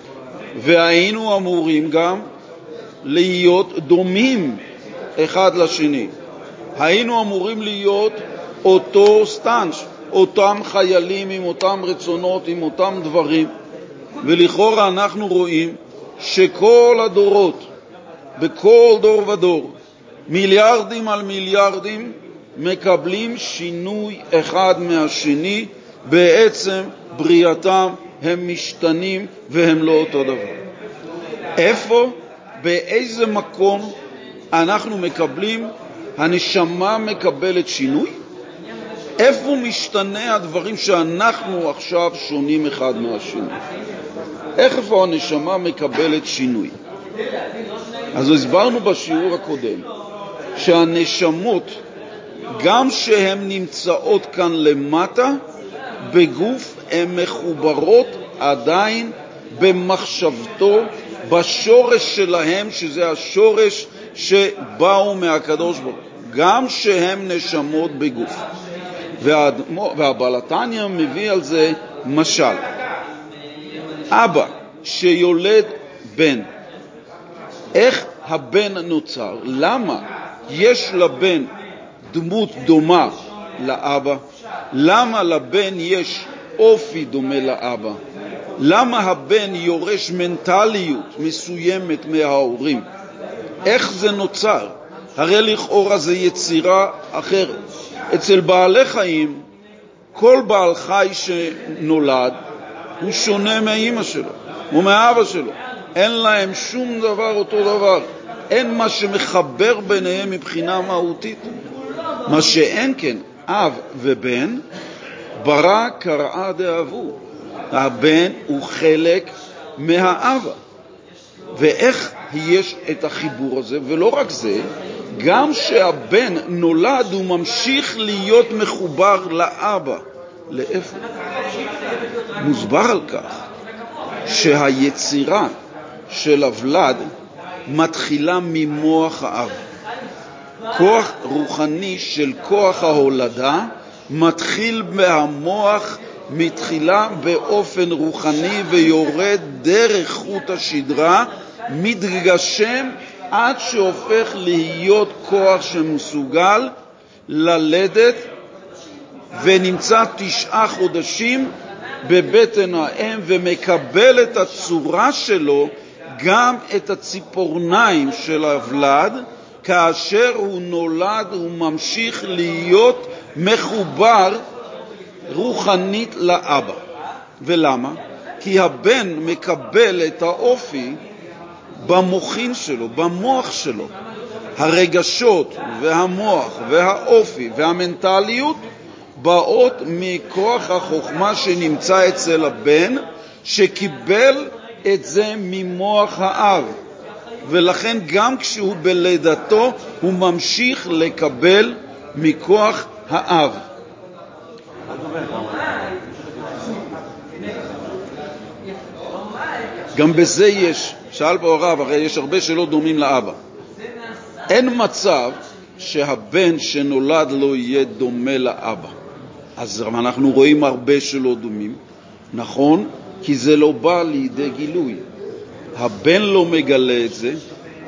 והיינו אמורים גם להיות דומים אחד לשני. היינו אמורים להיות אותו סטנץ', אותם חיילים עם אותם רצונות, עם אותם דברים. ולכאורה אנחנו רואים שכל הדורות, בכל דור ודור, מיליארדים על מיליארדים, מקבלים שינוי אחד מהשני. בעצם בריאתם הם משתנים והם לא אותו דבר. איפה, באיזה מקום אנחנו מקבלים, הנשמה מקבלת שינוי? איפה משתנה הדברים שאנחנו עכשיו שונים אחד מהשני? איפה הנשמה מקבלת שינוי? אז הסברנו בשיעור הקודם שהנשמות, גם שהן נמצאות כאן למטה, בגוף הן מחוברות עדיין במחשבתו, בשורש שלהם, שזה השורש שבאו מהקדוש ברוך הוא, גם שהן נשמות בגוף. והבעל התניא מביא על זה משל. אבא שיולד בן. איך הבן נוצר? למה יש לבן דמות דומה לאבא? למה לבן יש אופי דומה לאבא? למה הבן יורש מנטליות מסוימת מההורים? איך זה נוצר? הרי לכאורה זה יצירה אחרת. אצל בעלי חיים, כל בעל חי שנולד הוא שונה מאמא שלו ומאבא שלו. אין להם שום דבר אותו דבר. אין מה שמחבר ביניהם מבחינה מהותית. מה שאין כן, אב ובן, ברא קראה דאבו. הבן הוא חלק מהאבא. ואיך יש את החיבור הזה? ולא רק זה, גם שהבן נולד הוא ממשיך להיות מחובר לאבא. לאיפה? מוסבר על כך שהיצירה של הוולד מתחילה ממוח האב. כוח רוחני של כוח ההולדה מתחיל מהמוח, מתחילה באופן רוחני ויורד דרך חוט השדרה, מתגשם עד שהופך להיות כוח שמסוגל ללדת, ונמצא 9 חודשים בבטן האם ומקבל את הצורה שלו, גם את הציפורניים של הוולד. כאשר הוא נולד הוא ממשיך להיות מחובר רוחנית לאבא. ולמה? כי הבן מקבל את האופי במוחין שלו, במוח שלו. הרגשות והמוח והאופי והמנטליות באות מכוח החוכמה שנמצא אצל הבן, שקיבל את זה ממוח האב. ולכן גם כשהוא בלידתו הוא ממשיך לקבל מכוח האב. גם בזה יש, שאל פה הרב, הרי יש הרבה שלא דומים לאבא. אין מצב שהבן שנולד לא יהיה דומה לאבא. אז אנחנו רואים הרבה שלא דומים. נכון? כי זה לא בא לידי גילוי. הבן לא מגלה את זה.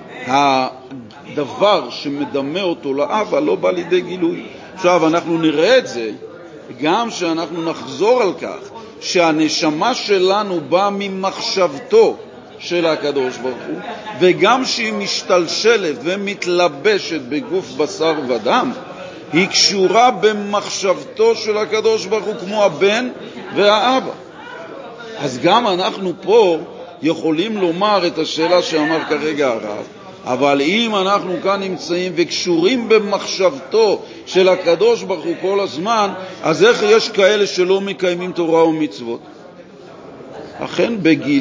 הדבר שמדמה אותו לאבא לא בא לידי גילוי. עכשיו אנחנו נראה את זה גם שאנחנו נחזור על כך שהנשמה שלנו באה ממחשבתו של הקדוש ברוך הוא, וגם שהיא משתלשלת ומתלבשת בגוף בשר ודם, היא קשורה במחשבתו של הקדוש ברוך הוא כמו הבן והאבא. אז גם אנחנו פה יכולים לומר את השאלה שאמר כרגע הרב, אבל אם אנחנו כאן נמצאים וקשורים במחשבתו של הקדוש ברוך הוא כל הזמן, אז איך יש כאלה שלא מקיימים תורה ומצוות? אכן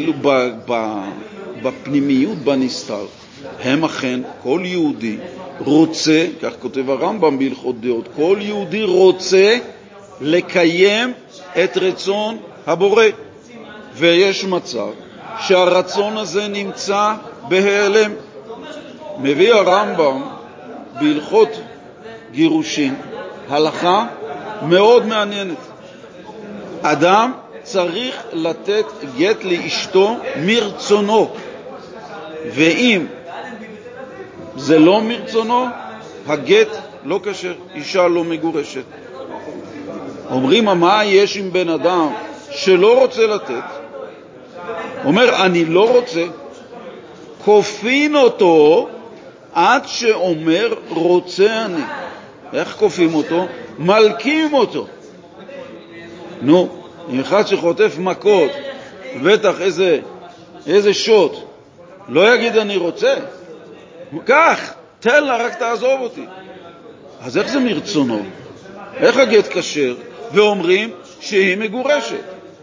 בפנימיות, בנסתר, הם אכן, כל יהודי רוצה, כך כותב הרמב"ם בהלכות דעות, כל יהודי רוצה לקיים את רצון הבורא. ויש מצב שהרצון הזה נמצא בהיעלם. מביא הרמב"ם בהלכות גירושין הלכה מאוד מעניינת. אדם צריך לתת גט לאשתו מרצונו, ואם זה לא מרצונו, הגט לא כשר, אישה לא מגורשת. אומרים, מה יש עם בן אדם שלא רוצה לתת? אומר, אני לא רוצה. כופין אותו עד שאומר רוצה אני. איך כופים אותו? מלכים אותו. נו, אם אחד שחוטף מכות, בטח איזה שוט, לא יגיד אני רוצה. כך, תן לה, רק תעזוב אותי. אז איך זה מרצונו? איך הגט כשר? ואומרים שהיא מגורשת.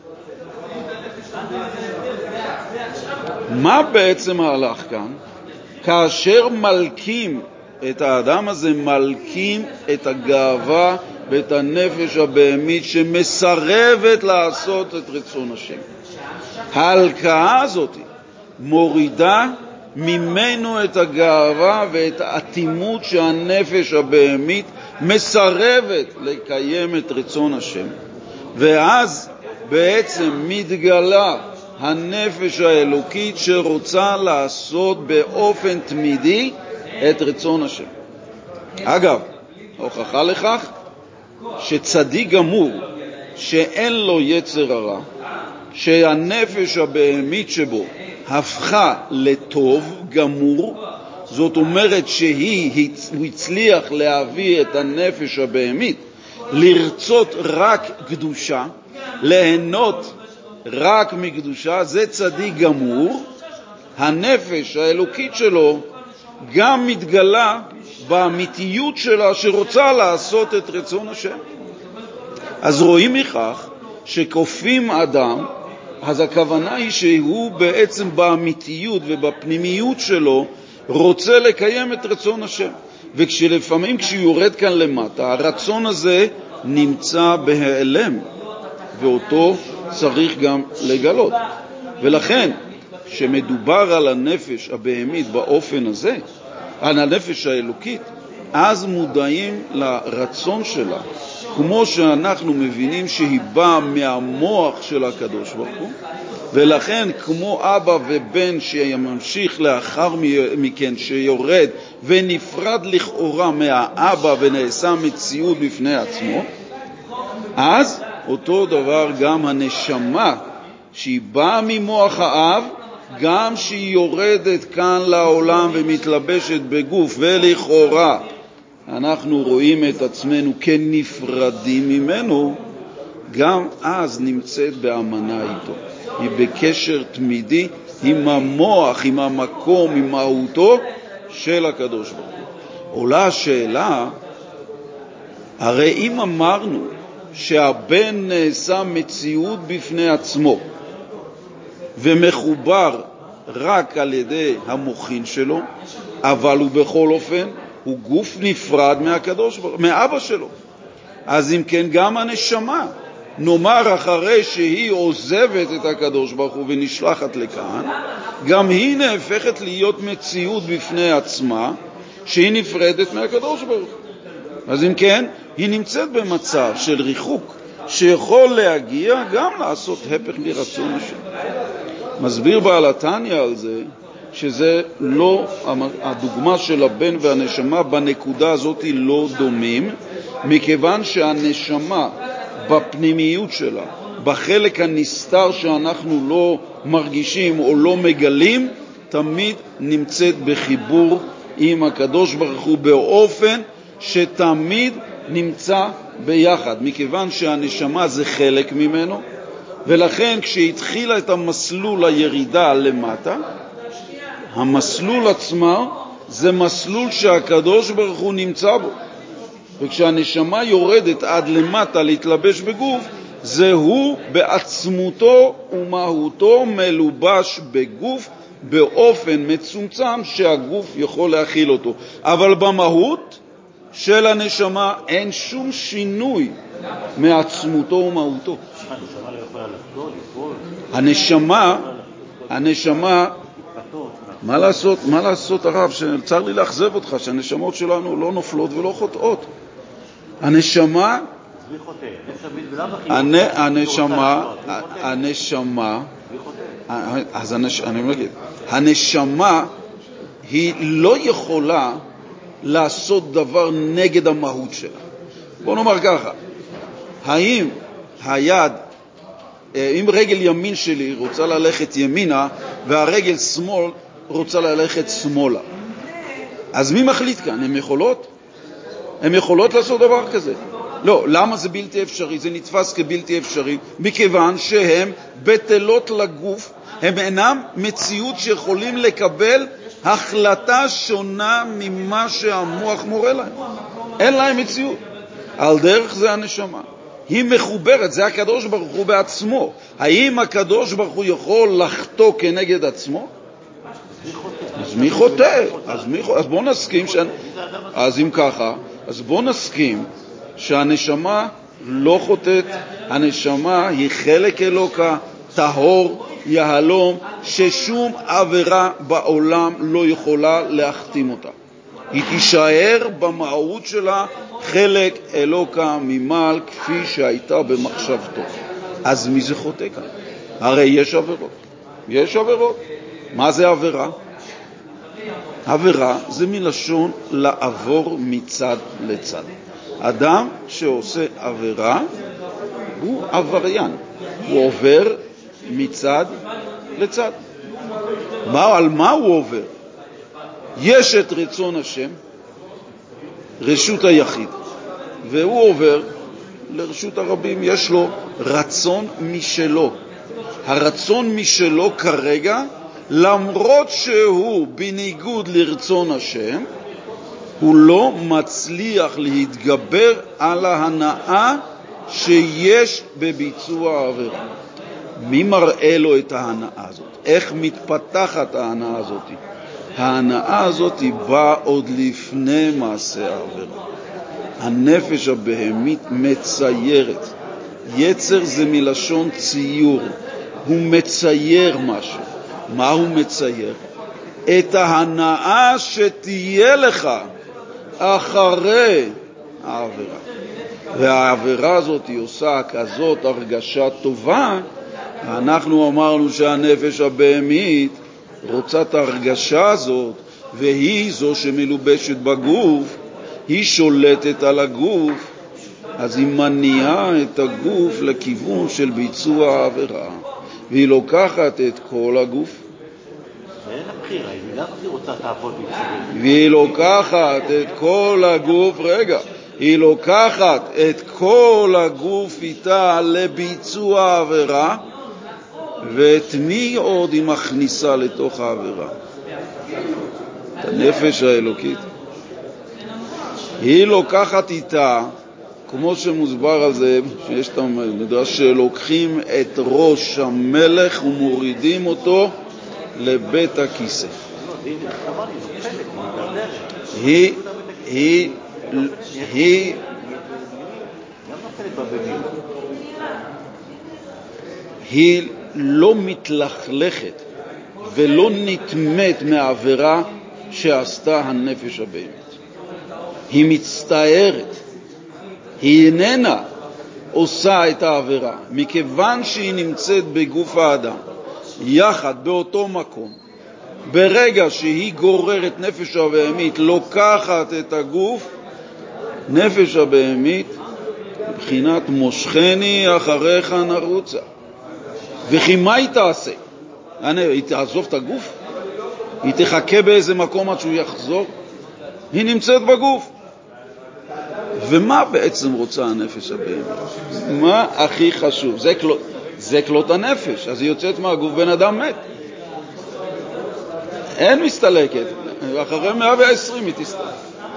מה בעצם ההלך כאן? כאשר מלכים את האדם הזה, מלכים את הגאווה ואת הנפש הבהמית שמסרבת לעשות את רצון השם. ההלקאה הזאת מורידה ממנו את הגאווה ואת האטימות שהנפש הבהמית מסרבת לקיים את רצון השם. ואז בעצם מתגלה הנפש האלוקית שרוצה לעשות באופן תמידי את רצון השם. אגב, ההוכחה לכך שצדיק גמור שאין לו יצר הרע, שהנפש הבהמית שבו הפכה לטוב גמור, זאת אומרת שהוא הצליח להביא את הנפש הבהמית לרצות רק קדושה, ליהנות רק מקדושה, זה צדיק גמור. הנפש האלוקית שלו גם מתגלה באמיתיות שלה שרוצה לעשות את רצון השם. אז רואים מכך שכופים אדם, אז הכוונה היא שהוא בעצם באמיתיות ובפנימיות שלו רוצה לקיים את רצון השם. וכשלפעמים כשהוא יורד כאן למטה, הרצון הזה נמצא בהיעלם, ואותו צריך גם לגלות. ולכן, שמדובר על הנפש הבהמית באופן הזה, על הנפש האלוקית, אז מודעים לרצון שלה, כמו שאנחנו מבינים שהיא באה מהמוח של הקדוש ברוך הוא, ולכן כמו אבא ובן שממשיך לאחר מכן שיורד ונפרד לכאורה מהאבא ונעשה מציאות בפני עצמו, אז אותו דבר גם הנשמה שהיא באה ממוח האב, גם שהיא יורדת כאן לעולם ומתלבשת בגוף, ולכאורה אנחנו רואים את עצמנו כנפרדים ממנו, גם אז נמצאת באמנה איתו. היא בקשר תמידי עם המוח, עם המקום, עם מהותו של הקדוש ברוך הוא. עולה השאלה, הרי אם אמרנו שהבן נעשה מציאות בפני עצמו ומחובר רק על ידי המוחין שלו, אבל הוא בכל אופן הוא גוף נפרד מהקדוש ברוך הוא, מאבא שלו. אז אם כן גם הנשמה, נאמר אחרי שהיא עוזבת את הקדוש ברוך הוא ונשלחת לכאן, גם היא נהפכת להיות מציאות בפני עצמה שהיא נפרדת מהקדוש ברוך הוא. אז אם כן, היא נמצאת במצב של ריחוק שיכול להגיע גם לעשות הפך מרצון השם. מסביר בעל התניא על זה שזה לא, הדוגמה של הבן והנשמה בנקודה הזאת לא דומים, מכיוון שהנשמה בפנימיות שלה, בחלק הנסתר שאנחנו לא מרגישים או לא מגלים, תמיד נמצאת בחיבור עם הקדוש ברוך הוא באופן שתמיד נמצא ביחד, מכיוון שהנשמה זה חלק ממנו, ולכן כשהתחילה את המסלול הירידה למטה, המסלול עצמו זה מסלול שהקדוש ברוך הוא נמצא בו, וכשהנשמה יורדת עד למטה להתלבש בגוף, זה הוא בעצמותו ומהותו מלובש בגוף באופן מצומצם שהגוף יכול להכיל אותו. אבל במהות של הנשמה אין שום שינוי מעצמותו ומהותו. הנשמה, מה לעשות הרב, שצר לי לאכזב אותך, שהנשמות שלנו לא נופלות ולא חוטאות. הנשמה, הנשמה היא לא יכולה לעשות דבר נגד המהות שלה. בוא נאמר ככה, האם היד, אם רגל ימין שלי רוצה ללכת ימינה והרגל שמאל רוצה ללכת שמאלה, אז מי מחליט כאן? הן יכולות? הן יכולות לעשות דבר כזה? לא. למה זה בלתי אפשרי? זה נתפס כבלתי אפשרי מכיוון שהן בטלות לגוף, הן אינם מציאות שיכולים לקבל החלטה שונה ממה שהמוח מורה להם. אין להם מציאות. על דרך זה הנשמה. היא מחוברת, זה הקדוש ברוך הוא בעצמו. האם הקדוש ברוך הוא יכול לחטוא כנגד עצמו? אז מי חוטא? אז בוא נסכים אז אם ככה, אז בוא נסכים שהנשמה לא חוטאת, הנשמה היא חלק אלוקה, טהור, יהלום, ששום עבירה בעולם לא יכולה להחתים אותה. היא תישאר במהות שלה חלק אלוקה ממעל כפי שהייתה במחשבתו. אז מי זה חוטא כאן? הרי יש עבירות. יש עבירות. מה זה עבירה? עבירה זה מלשון לעבור מצד לצד. אדם שעושה עבירה הוא עבריין, הוא עובר מצד לצד. על מה הוא עובר? יש את רצון השם, רשות היחיד, והוא עובר לרשות הרבים. יש לו רצון משלו. הרצון משלו כרגע, למרות שהוא בניגוד לרצון השם, הוא לא מצליח להתגבר על ההנאה שיש בביצוע העבירה. מי מראה לו את ההנאה הזאת? איך מתפתחת ההנאה הזאת? ההנאה הזאת באה עוד לפני מעשה העבירה. הנפש הבהמית מציירת. יצר זה מלשון ציור. הוא מצייר משהו. מה הוא מצייר? את ההנאה שתהיה לך אחרי העבירה. והעבירה הזאת היא עושה כזאת הרגשה טובה. אנחנו אמרנו שהנפש הבהמית רוצה את ההרגשה הזאת, והיא זו שמלובשת בגוף, היא שולטת על הגוף, אז היא מניעה את הגוף לכיוון של ביצוע העבירה, והיא לוקחת את כל הגוף. ואין הבחירה, היא גם רוצה לעבוד ביצורים. והיא לוקחת את כל הגוף, היא לוקחת את כל הגוף איתה לביצוע העבירה, ואת מי עוד היא מכניסה לתוך העבירה? את הנפש האלוקית. היא לוקחת איתה, כמו שמוסבר על זה, שיש את המדרש שלוקחים את ראש המלך ומורידים אותו לבית הכיסא. היא לא מתלכלכת ולא נתמת מהעבירה שעשתה הנפש הבהמית. היא מצטערת. היא איננה עושה את העבירה, מכיוון שהיא נמצאת בגוף האדם, יחד באותו מקום. ברגע שהיא גוררת נפש הבהמית, לוקחת את הגוף, נפש הבהמית, מבחינת מושכני אחריך נרוצה. וכי מה היא תעשה? היא תעזוב את הגוף? היא תחכה באיזה מקום עד שהוא יחזור? היא נמצאת בגוף. ומה בעצם רוצה הנפש הבהמית? מה הכי חשוב? זה כלות הנפש, אז היא יוצאת מהגוף, בן אדם מת. אין מסתלקת, ואחרי 120 היא תסתלק.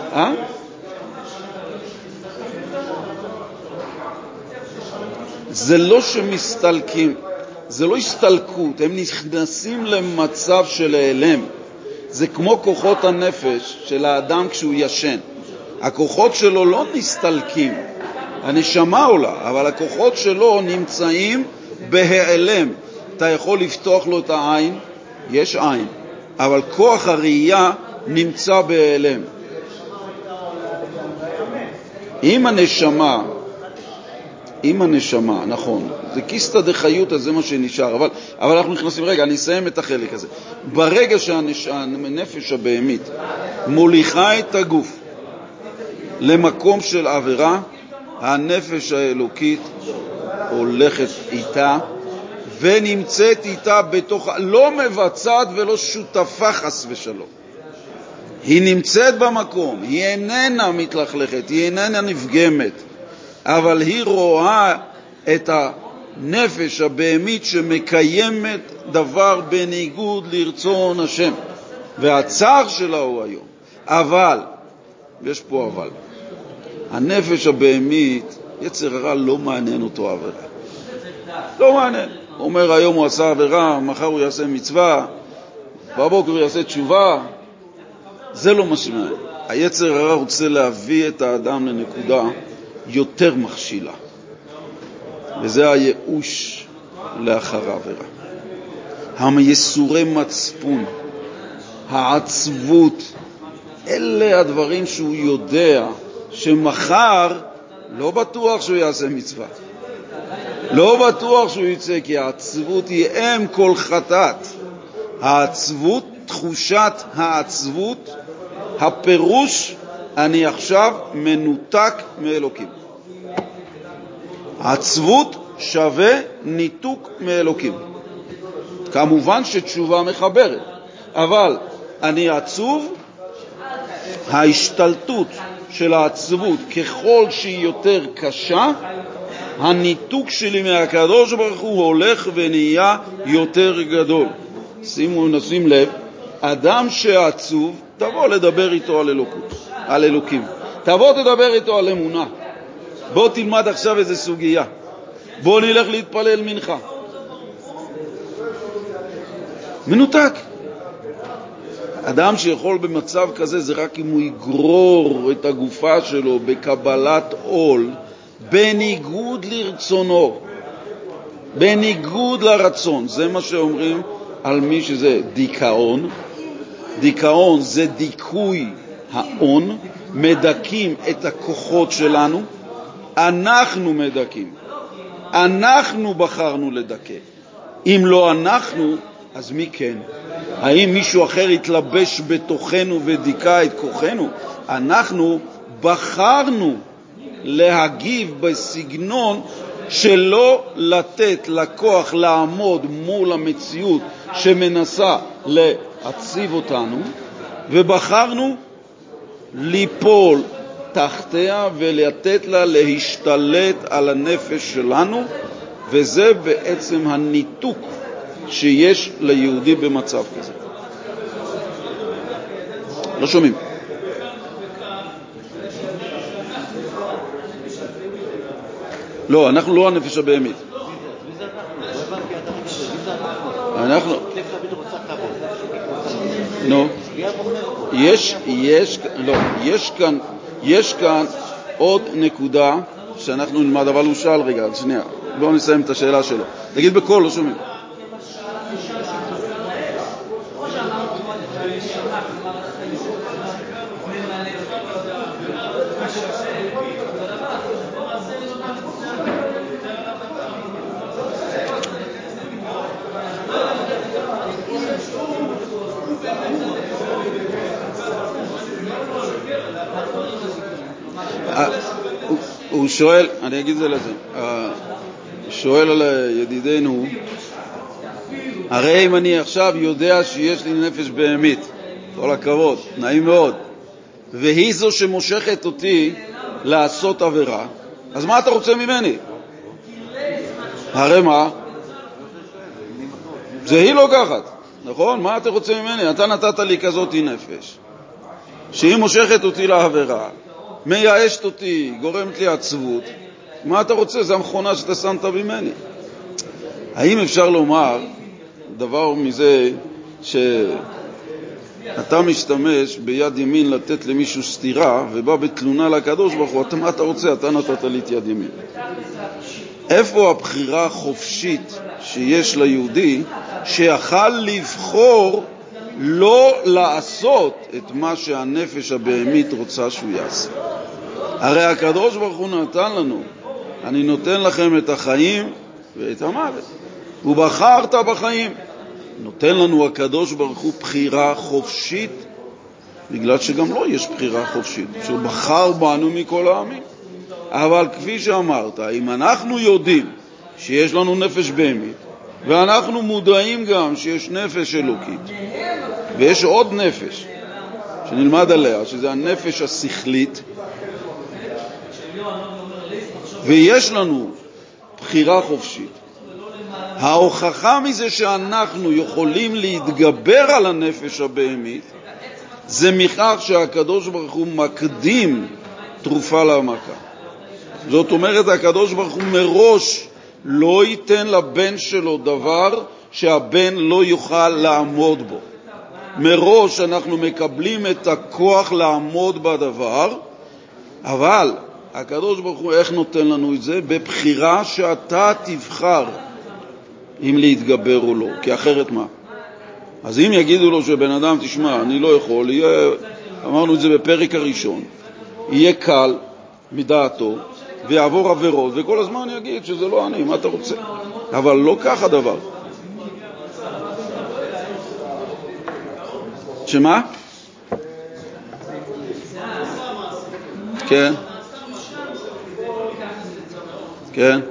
זה לא שמסתלקים, זה לא הסתלקות, הם נכנסים למצב של העלם. זה כמו כוחות הנפש של האדם כשהוא ישן. הכוחות שלו לא נסתלקים, הנשמה עולה, אבל הכוחות שלו נמצאים בהיעלם. אתה יכול לפתוח לו את העין, יש עין, אבל כוח הראייה נמצא בהיעלם. עם הנשמה, נכון, זה כיסתא דחיות, אז זה מה שנשאר, אבל אנחנו נכנסים, אני אסיים את החלק הזה. ברגע שהנפש הבהמית מוליכה את הגוף למקום של עבירה, הנפש האלוקית הולכת איתה ונמצאת איתה בתוך, לא מבצעת ולא שותפה חס ושלום. היא נמצאת במקום, היא איננה מתלכלכת, היא איננה נפגמת, אבל היא רואה את הנפש הבהמית שמקיימת דבר בניגוד לרצון השם, והצער שלה הוא היום. אבל, יש פה אבל, הנפש הבהמית, יצר הרע לא מעניין אותו עבירה. לא מעניין. הוא אומר היום הוא עשה עבירה, מחר הוא יעשה מצווה, בבוקר הוא יעשה תשובה. זה לא משמעניין. היצר הרע רוצה להביא את האדם לנקודה יותר מכשילה. וזה הייאוש לאחר העבירה. היסורי מצפון, העצבות, אלה הדברים שהוא יודע שמחר לא בטוח שהוא יעשה מצווה. לא בטוח שהוא יצא, כי העצבות היא אם כל חטאת. העצבות, תחושת העצבות, הפירוש, אני עכשיו מנותק מאלוקים. עצבות שווה ניתוק מאלוקים. כמובן שתשובה מחברת, אבל אני עצוב, ההשתלטות של העצבות ככל שהיא יותר קשה, הניתוק שלי מהקדוש ברוך הוא הולך ונהיה יותר גדול. נשים לב, אדם שעצוב, תבוא לדבר איתו על אלוקות, על אלוקים. תבוא תדבר איתו על אמונה. בוא תלמד עכשיו איזה סוגיה. בוא נלך להתפלל מנחה. מנותק. אדם שיכול במצב כזה זה רק אם הוא יגרור את הגופה שלו בקבלת עול, בניגוד לרצונו, בניגוד לרצון. זה מה שאומרים על מי שזה דיכאון. דיכאון זה דיכוי האון, מדכים את הכוחות שלנו. אנחנו מדכים, אנחנו בחרנו לדכא. אם לא אנחנו, אז מי כן? האם מישהו אחר יתלבש בתוכנו ודיכא את כוחנו? אנחנו בחרנו להגיב בסגנון שלא לתת לכוח לעמוד מול המציאות שמנסה להציב אותנו, ובחרנו ליפול תחתיה ולתת לה להשתלט על הנפש שלנו, וזה בעצם הניתוק שיש ליהודי במצב כזה. לא שומעים. לא, אנחנו לא הנפש הבהמית. אנחנו... נו, יש כאן עוד נקודה שאנחנו נלמד, אבל הוא שאל רגע, שנייה, בואו נסיים את השאלה שלו. תגיד בקול, לא שומעים. הוא שואל, אני אגיד זה לזה, שואל על ידידנו, הרי אם אני עכשיו יודע שיש לי נפש בהמית, כל הכבוד, נעים מאוד, והיא זו שמושכת אותי לעשות עבירה, אז מה אתה רוצה ממני? הרי מה? זה היא לוקחת, נכון? מה אתה רוצה ממני? אתה נתת לי כזאת נפש, שהיא מושכת אותי לעבירה, מייאשת אותי, גורמת לי עצבות. מה אתה רוצה? זה המכונה שאתה שמת ממני. האם אפשר לומר דבר מזה שאתה משתמש ביד ימין לתת למישהו סתירה ובא בתלונה לקדוש ברוך הוא, מה אתה רוצה? אתה נתת לי את יד ימין. איפה הבחירה החופשית שיש ליהודי שיכל לבחור לא לעשות את מה שהנפש הבהמית רוצה שהוא יעשה? הרי הקדוש ברוך הוא נתן לנו, אני נותן לכם את החיים ואת המוות. ובחרת בחיים. נותן לנו הקדוש ברוך הוא בחירה חופשית, בגלל שגם לא יש בחירה חופשית, שבחר בנו מכל העמים. אבל כפי שאמרת, אם אנחנו יודעים שיש לנו נפש בהמית, ואנחנו מודעים גם שיש נפש אלוקית, ויש עוד נפש שנלמד עליה, שזה הנפש השכלית, ויש לנו בחירה חופשית, ההוכחה מזה שאנחנו יכולים להתגבר על הנפש הבהמית, זה מכך שהקדוש ברוך הוא מקדים תרופה להמכה. זאת אומרת, הקדוש ברוך הוא מראש לא ייתן לבן שלו דבר שהבן לא יוכל לעמוד בו. מראש אנחנו מקבלים את הכוח לעמוד בדבר, אבל הקדוש ברוך הוא איך נותן לנו את זה? בבחירה שאתה תבחר אם להתגבר או לא, כי אחרת מה? אז אם יגידו לו שבן אדם, תשמע, אני לא יכול, אמרנו את זה בפרק הראשון, יהיה קל מדעתו ויעבור עבירות, וכל הזמן יגיד שזה לא אני, מה אתה רוצה? אבל לא כך הדבר. שמה? כן. כן.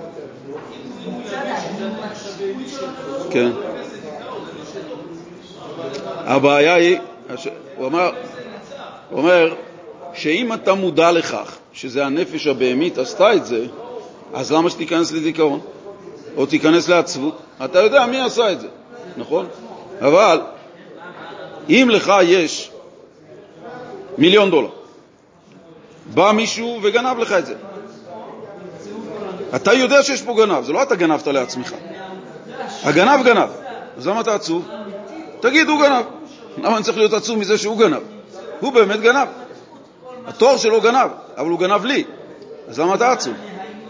כן. הבעיה היא, הוא אומר שאם אתה מודע לכך שזה הנפש הבהמית עשתה את זה, אז למה שתיכנס לדיכאון? או תיכנס לעצבות? אתה יודע מי עשה את זה, נכון? אבל אם לך יש $1,000,000, בא מישהו וגנב לך את זה, אתה יודע שיש פה גנב, זה לא אתה גנבת לעצמך, הגנב גנב, אז למה אתה עצוב? תגיד, הוא גנב. למה אני צריך להיות עצוב מזה שהוא גנב? הוא באמת גנב, התואר שלו גנב, אבל הוא גנב לי, אז למה אתה עצוב?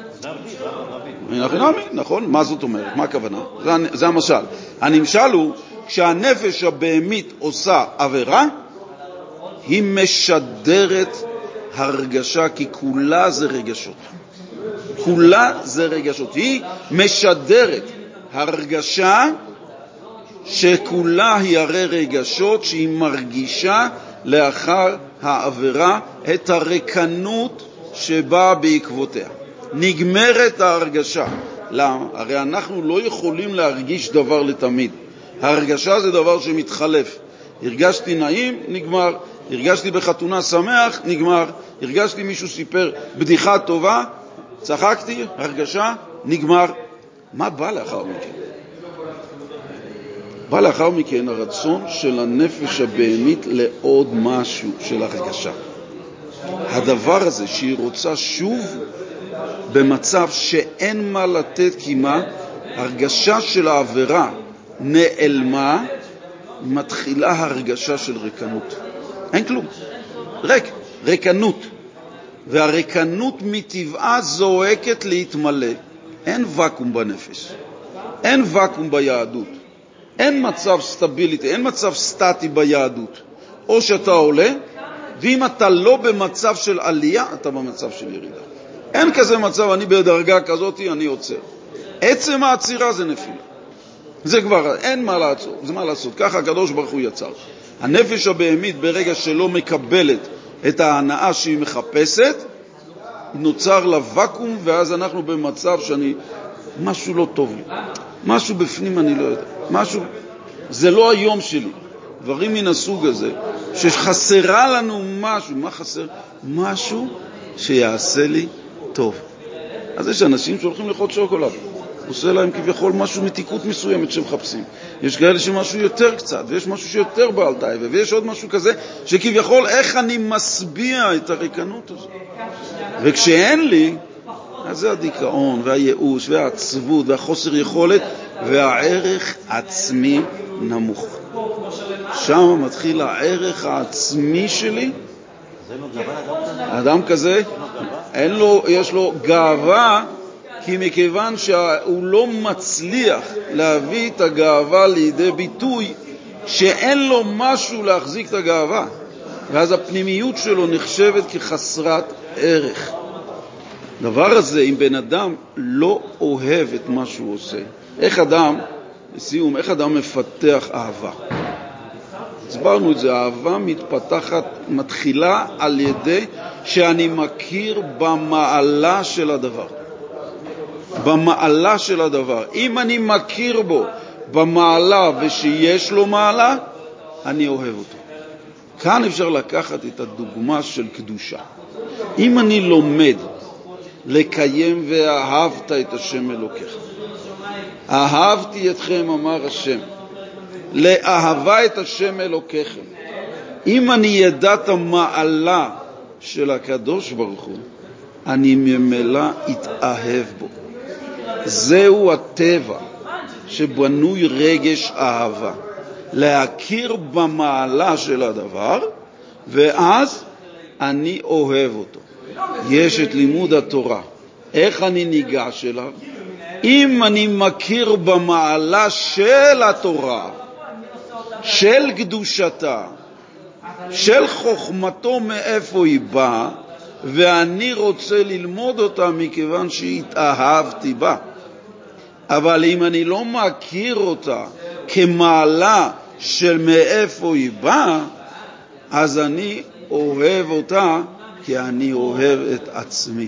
נכון, מה זאת אומרת? מה הכוונה? זה המשל. הנמשל הוא כשהנפש הבהמית עושה עבירה, היא משדרת הרגשה, כי כולה זה רגשות. כולה זה רגשות. היא משדרת הרגשה שכולה היא הרי רגשות, שהיא מרגישה לאחר העבירה את הריקנות שבאה בעקבותיה. נגמרת ההרגשה. למה? הרי אנחנו לא יכולים להרגיש דבר לתמיד. ההרגשה זה דבר שמתחלף. הרגשתי נעים, נגמר. הרגשתי בחתונה שמח, נגמר. הרגשתי מישהו סיפר בדיחה טובה, צחקתי, הרגשה, נגמר. מה בא לאחר מכן? בא לאחר מכן הרצון של הנפש הבהמית לעוד משהו של הרגשה. הדבר הזה שהיא רוצה שוב במצב שאין מה לתת, כי מה? הרגשה של העבירה נעלמה, מתחילה הרגשה של ריקנות. אין כלום. ריקנות. והריקנות מטבעה זועקת להתמלא. אין וקום בנפש. אין וקום ביהדות. אין מצב סטביליטי, אין מצב סטטי ביהדות. או שאתה עולה, ואם אתה לא במצב של עלייה, אתה במצב של ירידה. אין כזה מצב, אני בדרגה כזאת, אני עוצר. עצם העצירה זה נפילה. זה כבר, אין מה לעצור, זה מה לעשות. ככה הקדוש ברוך הוא יצר. הנפש הבהמית ברגע שלא מקבלת את ההנאה שהיא מחפשת, נוצר לה וקום, ואז אנחנו במצב שאני, משהו לא טוב לי. משהו בפנים אני לא יודע. משהו, זה לא היום שלי. דברים מן הסוג הזה, שחסרה לנו משהו. מה חסר? משהו שיעשה לי טוב. אז יש אנשים שהולכים לאכול שוקולד. עושה להם כביכול משהו מתיקות מסוימת שמחפשים. יש כאלה שמשהו יותר קצת, ויש משהו שיותר בעל טייבה, ויש עוד משהו כזה, שכביכול איך אני מסביע את הריקנות הזאת. וכשאין לי, אז זה הדיכאון, והייאוש, והעצבות, והחוסר יכולת, והערך עצמי נמוך. שם מתחיל הערך העצמי שלי. אדם כזה, יש לו גאווה, כי מכיוון שהוא לא מצליח להביא את הגאווה לידי ביטוי, שאין לו משהו להחזיק את הגאווה, ואז הפנימיות שלו נחשבת כחסרת ערך. דבר הזה, אם בן אדם לא אוהב את מה שהוא עושה, איך אדם, לסיום, איך אדם מפתח אהבה? הסברנו את זה, האהבה מתחילה על ידי שאני מכיר במעלה של הדבר. במעלה של הדבר. אם אני מכיר בו במעלה ושיש לו מעלה, אני אוהב אותו. כאן אפשר לקחת את הדוגמה של קדושה. אם אני לומד לקיים ואהבת את השם אלוקיך, אהבתי אתכם אמר השם, לאהבה את השם אלוקיכם, אם אני ידע את המעלה של הקדוש ברוך הוא, אני ממילא אתאהב בו. זהו הטבע שבנוי רגש אהבה, להכיר במעלה של הדבר, ואז אני אוהב אותו. יש את לימוד התורה. איך אני ניגש אליו? אם אני מכיר במעלה של התורה, של קדושתה, של חוכמתו מאיפה היא באה, ואני רוצה ללמוד אותה מכיוון שהתאהבתי בה. אבל אם אני לא מכיר אותה כמעלה של מאיפה היא באה, אז אני אוהב אותה כי אני אוהב את עצמי.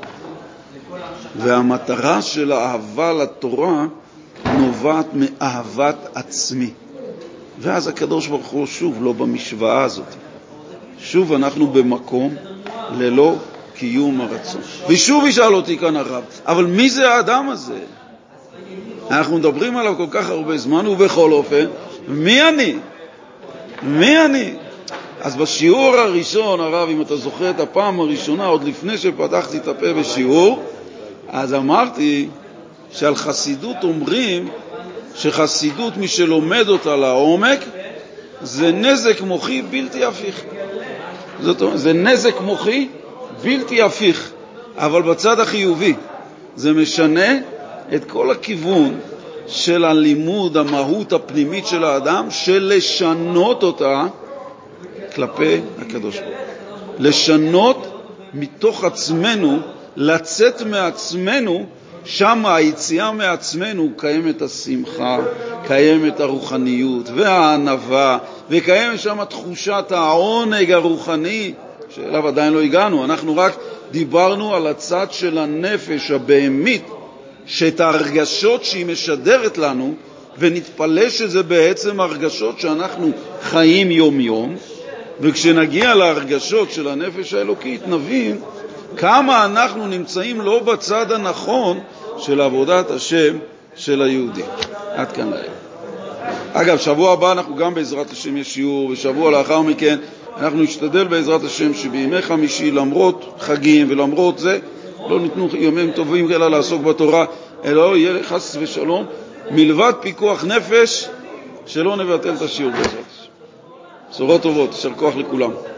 והמטרה של האהבה לתורה נובעת מאהבת עצמי. ואז הקדוש ברוך הוא שוב לא במשוואה הזאת. שוב אנחנו במקום ללא קיום הרצון. ושוב ישאל אותי כאן הרב, אבל מי זה האדם הזה? אנחנו מדברים עליו כל כך הרבה זמן, ובכל אופן, מי אני? מי אני? אז בשיעור הראשון, הרב, אם אתה זוכר את הפעם הראשונה, עוד לפני שפתחתי את הפה בשיעור, אז אמרתי שעל חסידות אומרים שחסידות מי שלומד אותה לעומק זה נזק מוחי בלתי הפיך. זאת אומרת, זה נזק מוחי בלתי הפיך, אבל בצד החיובי זה משנה את כל הכיוון של הלימוד, המהות הפנימית של האדם, של לשנות אותה כלפי הקדוש ברוך הוא. לשנות מתוך עצמנו, לצאת מעצמנו, שם היציאה מעצמנו קיימת השמחה, קיימת הרוחניות והענווה, וקיימת שם תחושת העונג הרוחני, שאליו עדיין לא הגענו. אנחנו רק דיברנו על הצד של הנפש הבהמית, שאת ההרגשות שהיא משדרת לנו, ונתפלא שזה בעצם הרגשות שאנחנו חיים יום יום, וכשנגיע להרגשות של הנפש האלוקית נבין כמה אנחנו נמצאים לא בצד הנכון של עבודת השם של היהודי. עד כאן להם. אגב, שבוע הבא אנחנו גם בעזרת השם יש שיעור, ושבוע לאחר מכן אנחנו נשתדל בעזרת השם שבימי חמישי, למרות חגים ולמרות זה, לא ניתנו ימים טובים אלא לעסוק בתורה, אלא יהיה חס ושלום, מלבד פיקוח נפש, שלא נבטל את השיעור בעזרת השם. בשורות טובות, יישר כוח לכולם.